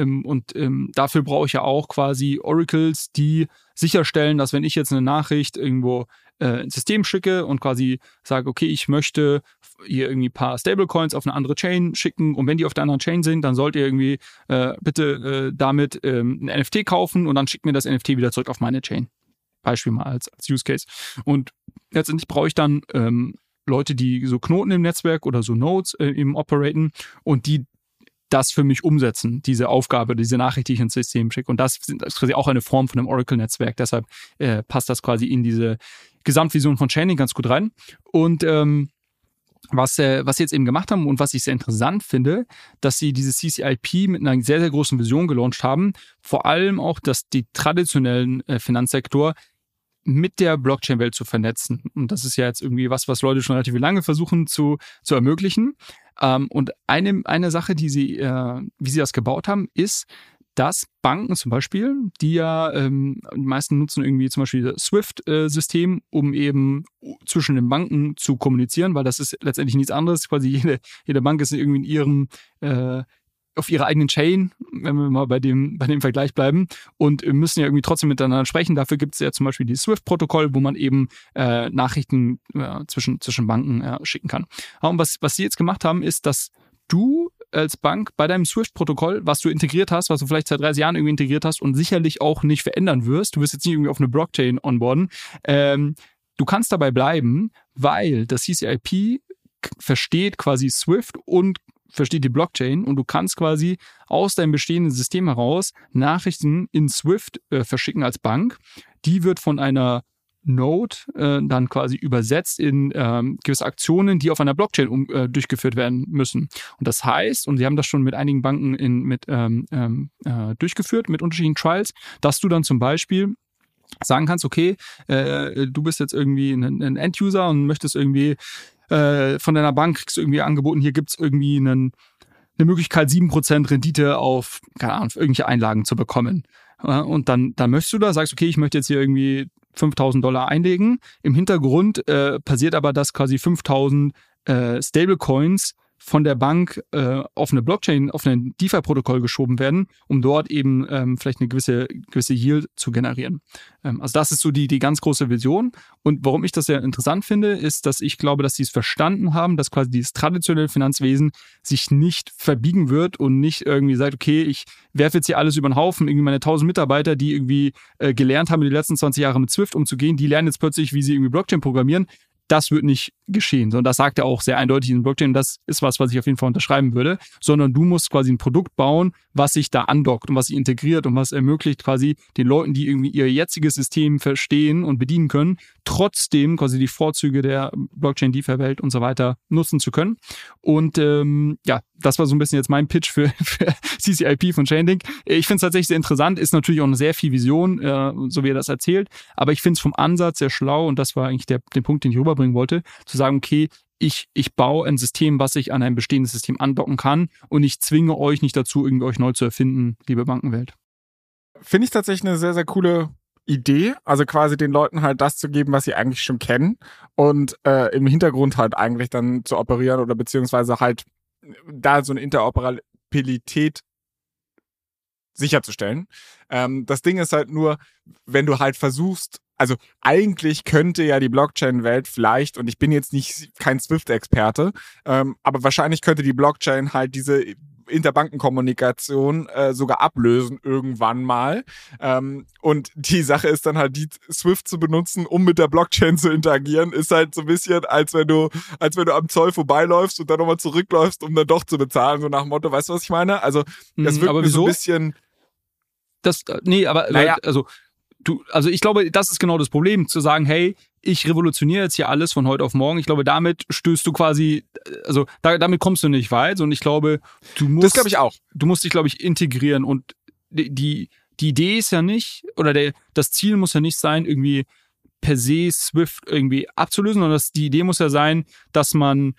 S3: Dafür brauche ich ja auch quasi Oracles, die sicherstellen, dass wenn ich jetzt eine Nachricht irgendwo ins System schicke und quasi sage, okay, ich möchte hier irgendwie ein paar Stablecoins auf eine andere Chain schicken und wenn die auf der anderen Chain sind, dann sollt ihr irgendwie bitte damit ein NFT kaufen und dann schickt mir das NFT wieder zurück auf meine Chain. Beispiel mal als Use Case. Und letztendlich brauche ich dann Leute, die so Knoten im Netzwerk oder so Nodes eben operaten und die das für mich umsetzen, diese Aufgabe, diese Nachricht, die ich ins System schicke. Und das ist quasi auch eine Form von einem Oracle-Netzwerk. Deshalb passt das quasi in diese Gesamtvision von Chainlink ganz gut rein. Und was sie jetzt eben gemacht haben und was ich sehr interessant finde, dass sie dieses CCIP mit einer sehr, sehr großen Vision gelauncht haben. Vor allem auch, dass die traditionellen Finanzsektor mit der Blockchain-Welt zu vernetzen. Und das ist ja jetzt irgendwie was Leute schon relativ lange versuchen zu ermöglichen. Und eine Sache, wie sie das gebaut haben, ist, dass Banken zum Beispiel, die ja die meisten nutzen irgendwie zum Beispiel das SWIFT-System, um eben zwischen den Banken zu kommunizieren, weil das ist letztendlich nichts anderes. Quasi jede Bank ist irgendwie in ihrem auf ihrer eigenen Chain, wenn wir mal bei dem Vergleich bleiben, und müssen ja irgendwie trotzdem miteinander sprechen. Dafür gibt es ja zum Beispiel die SWIFT-Protokoll, wo man eben Nachrichten zwischen Banken schicken kann. Und was sie jetzt gemacht haben, ist, dass du als Bank bei deinem SWIFT-Protokoll, was du integriert hast, was du vielleicht seit 30 Jahren irgendwie integriert hast und sicherlich auch nicht verändern wirst, du wirst jetzt nicht irgendwie auf eine Blockchain onboarden, du kannst dabei bleiben, weil das CCIP versteht quasi SWIFT und versteht die Blockchain und du kannst quasi aus deinem bestehenden System heraus Nachrichten in SWIFT verschicken als Bank. Die wird von einer Node dann quasi übersetzt in gewisse Aktionen, die auf einer Blockchain durchgeführt werden müssen. Und das heißt, und sie haben das schon mit einigen Banken durchgeführt, mit unterschiedlichen Trials, dass du dann zum Beispiel sagen kannst, okay, du bist jetzt irgendwie ein End-User und möchtest irgendwie von deiner Bank kriegst du irgendwie angeboten, hier gibt es irgendwie eine Möglichkeit, 7% Rendite auf, keine Ahnung, auf irgendwelche Einlagen zu bekommen. Und dann möchtest du da, sagst, okay, ich möchte jetzt hier irgendwie $5.000 einlegen. Im Hintergrund passiert aber, dass quasi 5.000 Stablecoins von der Bank auf eine Blockchain, auf ein DeFi-Protokoll geschoben werden, um dort eben vielleicht eine gewisse Yield zu generieren. Also das ist so die ganz große Vision. Und warum ich das sehr interessant finde, ist, dass ich glaube, dass sie es verstanden haben, dass quasi dieses traditionelle Finanzwesen sich nicht verbiegen wird und nicht irgendwie sagt, okay, ich werfe jetzt hier alles über den Haufen, irgendwie meine 1.000 Mitarbeiter, die irgendwie gelernt haben, in den letzten 20 Jahren mit SWIFT umzugehen, die lernen jetzt plötzlich, wie sie irgendwie Blockchain programmieren. Das wird nicht geschehen, sondern das sagt er auch sehr eindeutig in Blockchain. Und das ist was ich auf jeden Fall unterschreiben würde, sondern du musst quasi ein Produkt bauen, was sich da andockt und was sich integriert und was ermöglicht quasi den Leuten, die irgendwie ihr jetziges System verstehen und bedienen können, trotzdem quasi die Vorzüge der Blockchain-DeFi-Welt und so weiter nutzen zu können. Und das war so ein bisschen jetzt mein Pitch für CCIP von Chainlink. Ich finde es tatsächlich sehr interessant, ist natürlich auch eine sehr viel Vision, so wie er das erzählt, aber ich finde es vom Ansatz sehr schlau und das war eigentlich der Punkt, den ich rüberbringen wollte, zu sagen, okay, ich baue ein System, was sich an ein bestehendes System andocken kann und ich zwinge euch nicht dazu, irgendwie euch neu zu erfinden, liebe Bankenwelt.
S2: Finde ich tatsächlich eine sehr, sehr coole Idee, also quasi den Leuten halt das zu geben, was sie eigentlich schon kennen und im Hintergrund halt eigentlich dann zu operieren oder beziehungsweise halt da so eine Interoperabilität sicherzustellen. Das Ding ist halt nur, wenn du halt versuchst, also eigentlich könnte ja die Blockchain-Welt vielleicht, und ich bin jetzt kein Swift-Experte, aber wahrscheinlich könnte die Blockchain halt diese Interbankenkommunikation sogar ablösen irgendwann mal. Und die Sache ist dann halt, die Swift zu benutzen, um mit der Blockchain zu interagieren, ist halt so ein bisschen, als wenn du am Zoll vorbeiläufst und dann nochmal zurückläufst, um dann doch zu bezahlen, so nach dem Motto, weißt du, was ich meine? Also das wirkt mir so ein bisschen...
S3: Also ich glaube, das ist genau das Problem, zu sagen, hey, ich revolutioniere jetzt hier alles von heute auf morgen. Ich glaube, damit stößt du quasi, also damit kommst du nicht weit. Und ich glaube,
S2: das glaube ich auch.
S3: Du musst dich, glaube ich, integrieren. Und die Idee ist ja nicht, oder das Ziel muss ja nicht sein, irgendwie per se Swift irgendwie abzulösen, sondern die Idee muss ja sein, dass man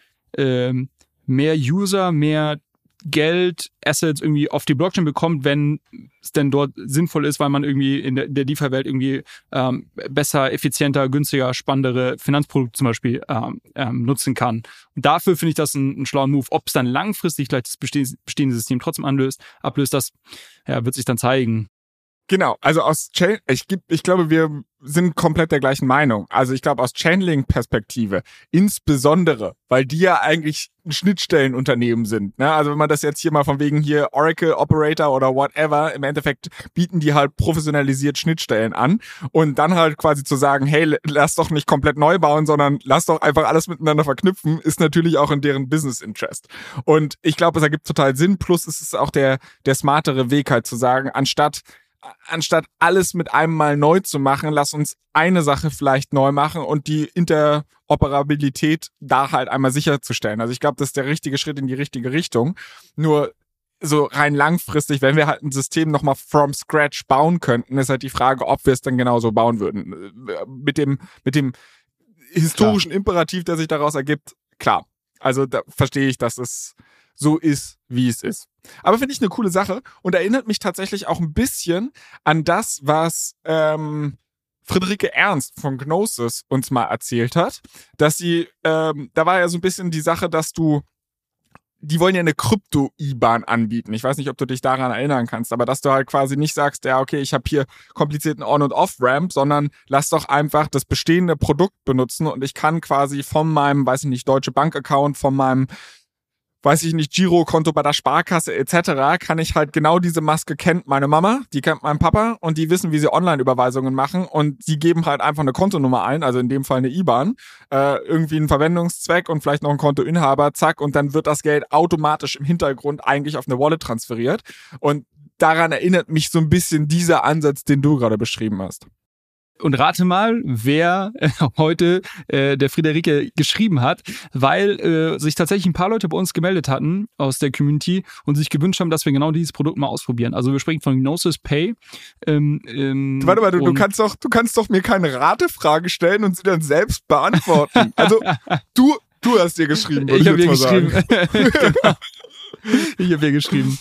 S3: mehr User, mehr Geld, Assets irgendwie auf die Blockchain bekommt, wenn es denn dort sinnvoll ist, weil man irgendwie in der DeFi-Welt irgendwie besser, effizienter, günstiger, spannendere Finanzprodukte zum Beispiel nutzen kann. Und dafür finde ich das ein schlauer Move. Ob es dann langfristig vielleicht das bestehende System trotzdem ablöst, das wird sich dann zeigen.
S2: Genau, also ich glaube, wir sind komplett der gleichen Meinung. Also ich glaube, aus Chainlink-Perspektive, insbesondere, weil die ja eigentlich ein Schnittstellenunternehmen sind. Ne? Also wenn man das jetzt hier mal von wegen hier Oracle Operator oder whatever, im Endeffekt bieten die halt professionalisiert Schnittstellen an. Und dann halt quasi zu sagen, hey, lass doch nicht komplett neu bauen, sondern lass doch einfach alles miteinander verknüpfen, ist natürlich auch in deren Business Interest. Und ich glaube, es ergibt total Sinn. Plus es ist auch der smartere Weg halt zu sagen, anstatt alles mit einem Mal neu zu machen, lass uns eine Sache vielleicht neu machen und die Interoperabilität da halt einmal sicherzustellen. Also ich glaube, das ist der richtige Schritt in die richtige Richtung. Nur so rein langfristig, wenn wir halt ein System nochmal from scratch bauen könnten, ist halt die Frage, ob wir es dann genauso bauen würden. Mit dem historischen Imperativ, der sich daraus ergibt, klar. Also da verstehe ich, dass es so ist, wie es ist. Aber finde ich eine coole Sache und erinnert mich tatsächlich auch ein bisschen an das, was Friederike Ernst von Gnosis uns mal erzählt hat, dass sie, da war ja so ein bisschen die Sache, dass die wollen ja eine Krypto-IBAN anbieten. Ich weiß nicht, ob du dich daran erinnern kannst, aber dass du halt quasi nicht sagst, ja, okay, ich habe hier komplizierten On- und Off-Ramp, sondern lass doch einfach das bestehende Produkt benutzen und ich kann quasi von meinem, weiß ich nicht, Deutsche Bank-Account, von meinem Girokonto bei der Sparkasse etc., kann ich halt genau diese Maske kennt meine Mama, die kennt mein Papa und die wissen, wie sie Online-Überweisungen machen und die geben halt einfach eine Kontonummer ein, also in dem Fall eine IBAN, irgendwie einen Verwendungszweck und vielleicht noch einen Kontoinhaber, zack, und dann wird das Geld automatisch im Hintergrund eigentlich auf eine Wallet transferiert und daran erinnert mich so ein bisschen dieser Ansatz, den du gerade beschrieben hast.
S3: Und rate mal, wer heute der Friederike geschrieben hat, weil sich tatsächlich ein paar Leute bei uns gemeldet hatten aus der Community und sich gewünscht haben, dass wir genau dieses Produkt mal ausprobieren. Also wir sprechen von Gnosis Pay.
S2: Warte mal, du kannst doch mir keine Ratefrage stellen und sie dann selbst beantworten. Also du hast dir geschrieben, würde ich jetzt mal sagen.
S3: Genau. Ich habe hier geschrieben.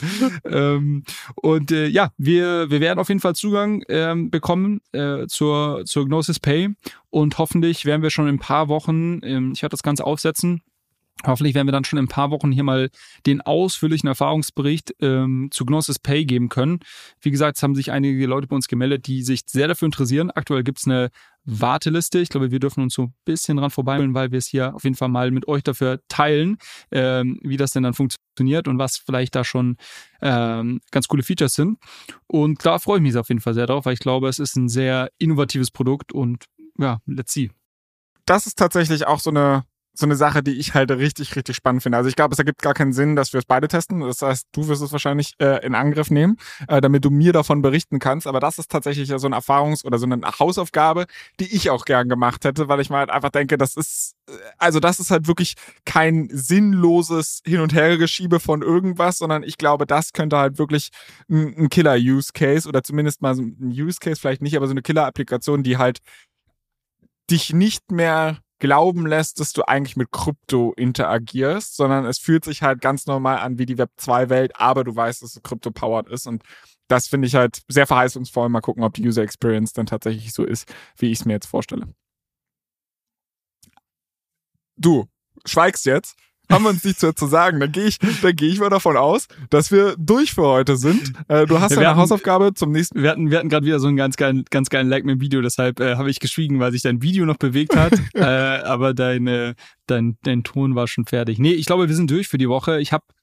S3: Wir werden auf jeden Fall Zugang bekommen zur Gnosis Pay und hoffentlich werden wir schon in ein paar Wochen, ich werde das Ganze aufsetzen, hoffentlich werden wir dann schon in ein paar Wochen hier mal den ausführlichen Erfahrungsbericht zu Gnosis Pay geben können. Wie gesagt, es haben sich einige Leute bei uns gemeldet, die sich sehr dafür interessieren. Aktuell gibt es eine Warteliste. Ich glaube, wir dürfen uns so ein bisschen dran vorbeiholen, weil wir es hier auf jeden Fall mal mit euch dafür teilen, wie das denn dann funktioniert und was vielleicht da schon ganz coole Features sind. Und da freue ich mich auf jeden Fall sehr drauf, weil ich glaube, es ist ein sehr innovatives Produkt und ja, let's see.
S2: Das ist tatsächlich auch so eine Sache, die ich halt richtig, richtig spannend finde. Also ich glaube, es ergibt gar keinen Sinn, dass wir es beide testen. Das heißt, du wirst es wahrscheinlich in Angriff nehmen, damit du mir davon berichten kannst. Aber das ist tatsächlich so eine oder so eine Hausaufgabe, die ich auch gern gemacht hätte, weil ich mir halt einfach denke, das ist halt wirklich kein sinnloses Hin- und Hergeschiebe von irgendwas, sondern ich glaube, das könnte halt wirklich ein Killer-Use-Case oder zumindest mal so ein Use-Case, vielleicht nicht, aber so eine Killer-Applikation, die halt dich nicht mehr glauben lässt, dass du eigentlich mit Krypto interagierst, sondern es fühlt sich halt ganz normal an wie die Web2-Welt, aber du weißt, dass es Krypto-powered ist und das finde ich halt sehr verheißungsvoll. Mal gucken, ob die User Experience dann tatsächlich so ist, wie ich es mir jetzt vorstelle. Du schweigst jetzt. haben wir uns nichts mehr zu sagen. Dann gehe ich mal davon aus, dass wir durch für heute sind. Du hast eine Hausaufgabe zum nächsten.
S3: Wir hatten gerade wieder so einen ganz geilen Like mit dem Video, deshalb habe ich geschwiegen, weil sich dein Video noch bewegt hat. Aber dein Ton war schon fertig. Nee, ich glaube, wir sind durch für die Woche. Ich habe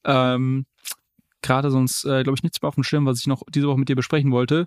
S3: gerade sonst, glaube ich, nichts mehr auf dem Schirm, was ich noch diese Woche mit dir besprechen wollte.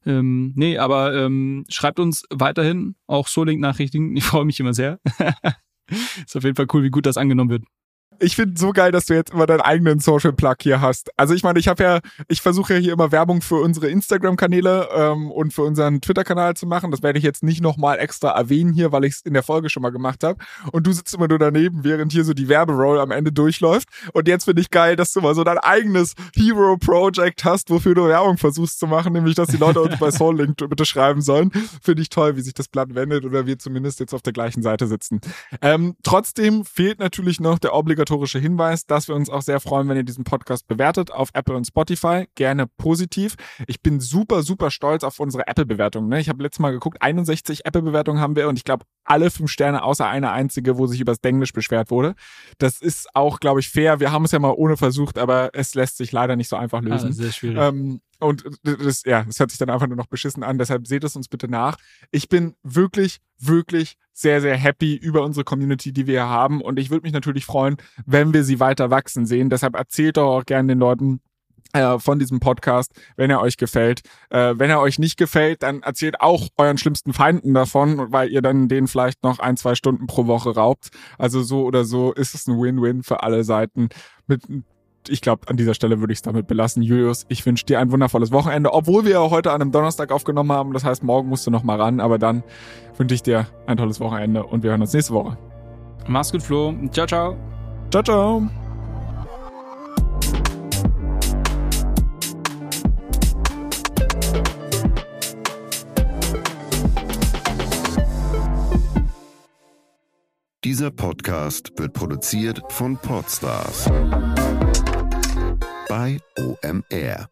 S3: Aber schreibt uns weiterhin auch Solink-Nachrichten. Ich freue mich immer sehr. Ist auf jeden Fall cool, wie gut das angenommen wird.
S2: Ich finde so geil, dass du jetzt immer deinen eigenen Social Plug hier hast. Also ich meine, ich versuche ja hier immer Werbung für unsere Instagram-Kanäle und für unseren Twitter-Kanal zu machen. Das werde ich jetzt nicht nochmal extra erwähnen hier, weil ich es in der Folge schon mal gemacht habe. Und du sitzt immer nur daneben, während hier so die Werberoll am Ende durchläuft. Und jetzt finde ich geil, dass du mal so dein eigenes Hero-Project hast, wofür du Werbung versuchst zu machen, nämlich, dass die Leute uns bei Solink bitte schreiben sollen. Finde ich toll, wie sich das Blatt wendet oder wir zumindest jetzt auf der gleichen Seite sitzen. Trotzdem fehlt natürlich noch der obligatorische Hinweis, dass wir uns auch sehr freuen, wenn ihr diesen Podcast bewertet auf Apple und Spotify, gerne positiv. Ich bin super, super stolz auf unsere Apple-Bewertungen. Ne? Ich habe letztes Mal geguckt, 61 Apple-Bewertungen haben wir und ich glaube, alle 5 Sterne, außer eine einzige, wo sich über das Denglisch beschwert wurde. Das ist auch, glaube ich, fair. Wir haben es ja mal ohne versucht, aber es lässt sich leider nicht so einfach lösen.
S3: Also sehr schwierig.
S2: Und das hört sich dann einfach nur noch beschissen an. Deshalb seht es uns bitte nach. Ich bin wirklich, wirklich sehr, sehr happy über unsere Community, die wir hier haben. Und ich würde mich natürlich freuen, wenn wir sie weiter wachsen sehen. Deshalb erzählt doch auch gerne den Leuten von diesem Podcast, wenn er euch gefällt. Wenn er euch nicht gefällt, dann erzählt auch euren schlimmsten Feinden davon, weil ihr dann denen vielleicht noch 1-2 Stunden pro Woche raubt. Also so oder so ist es ein Win-Win für alle Seiten. Ich glaube, an dieser Stelle würde ich es damit belassen. Julius, ich wünsche dir ein wundervolles Wochenende, obwohl wir ja heute an einem Donnerstag aufgenommen haben. Das heißt, morgen musst du noch mal ran, aber dann wünsche ich dir ein tolles Wochenende und wir hören uns nächste Woche.
S3: Mach's gut, Flo. Ciao, ciao.
S2: Ciao, ciao.
S4: Dieser Podcast wird produziert von Podstars bei OMR.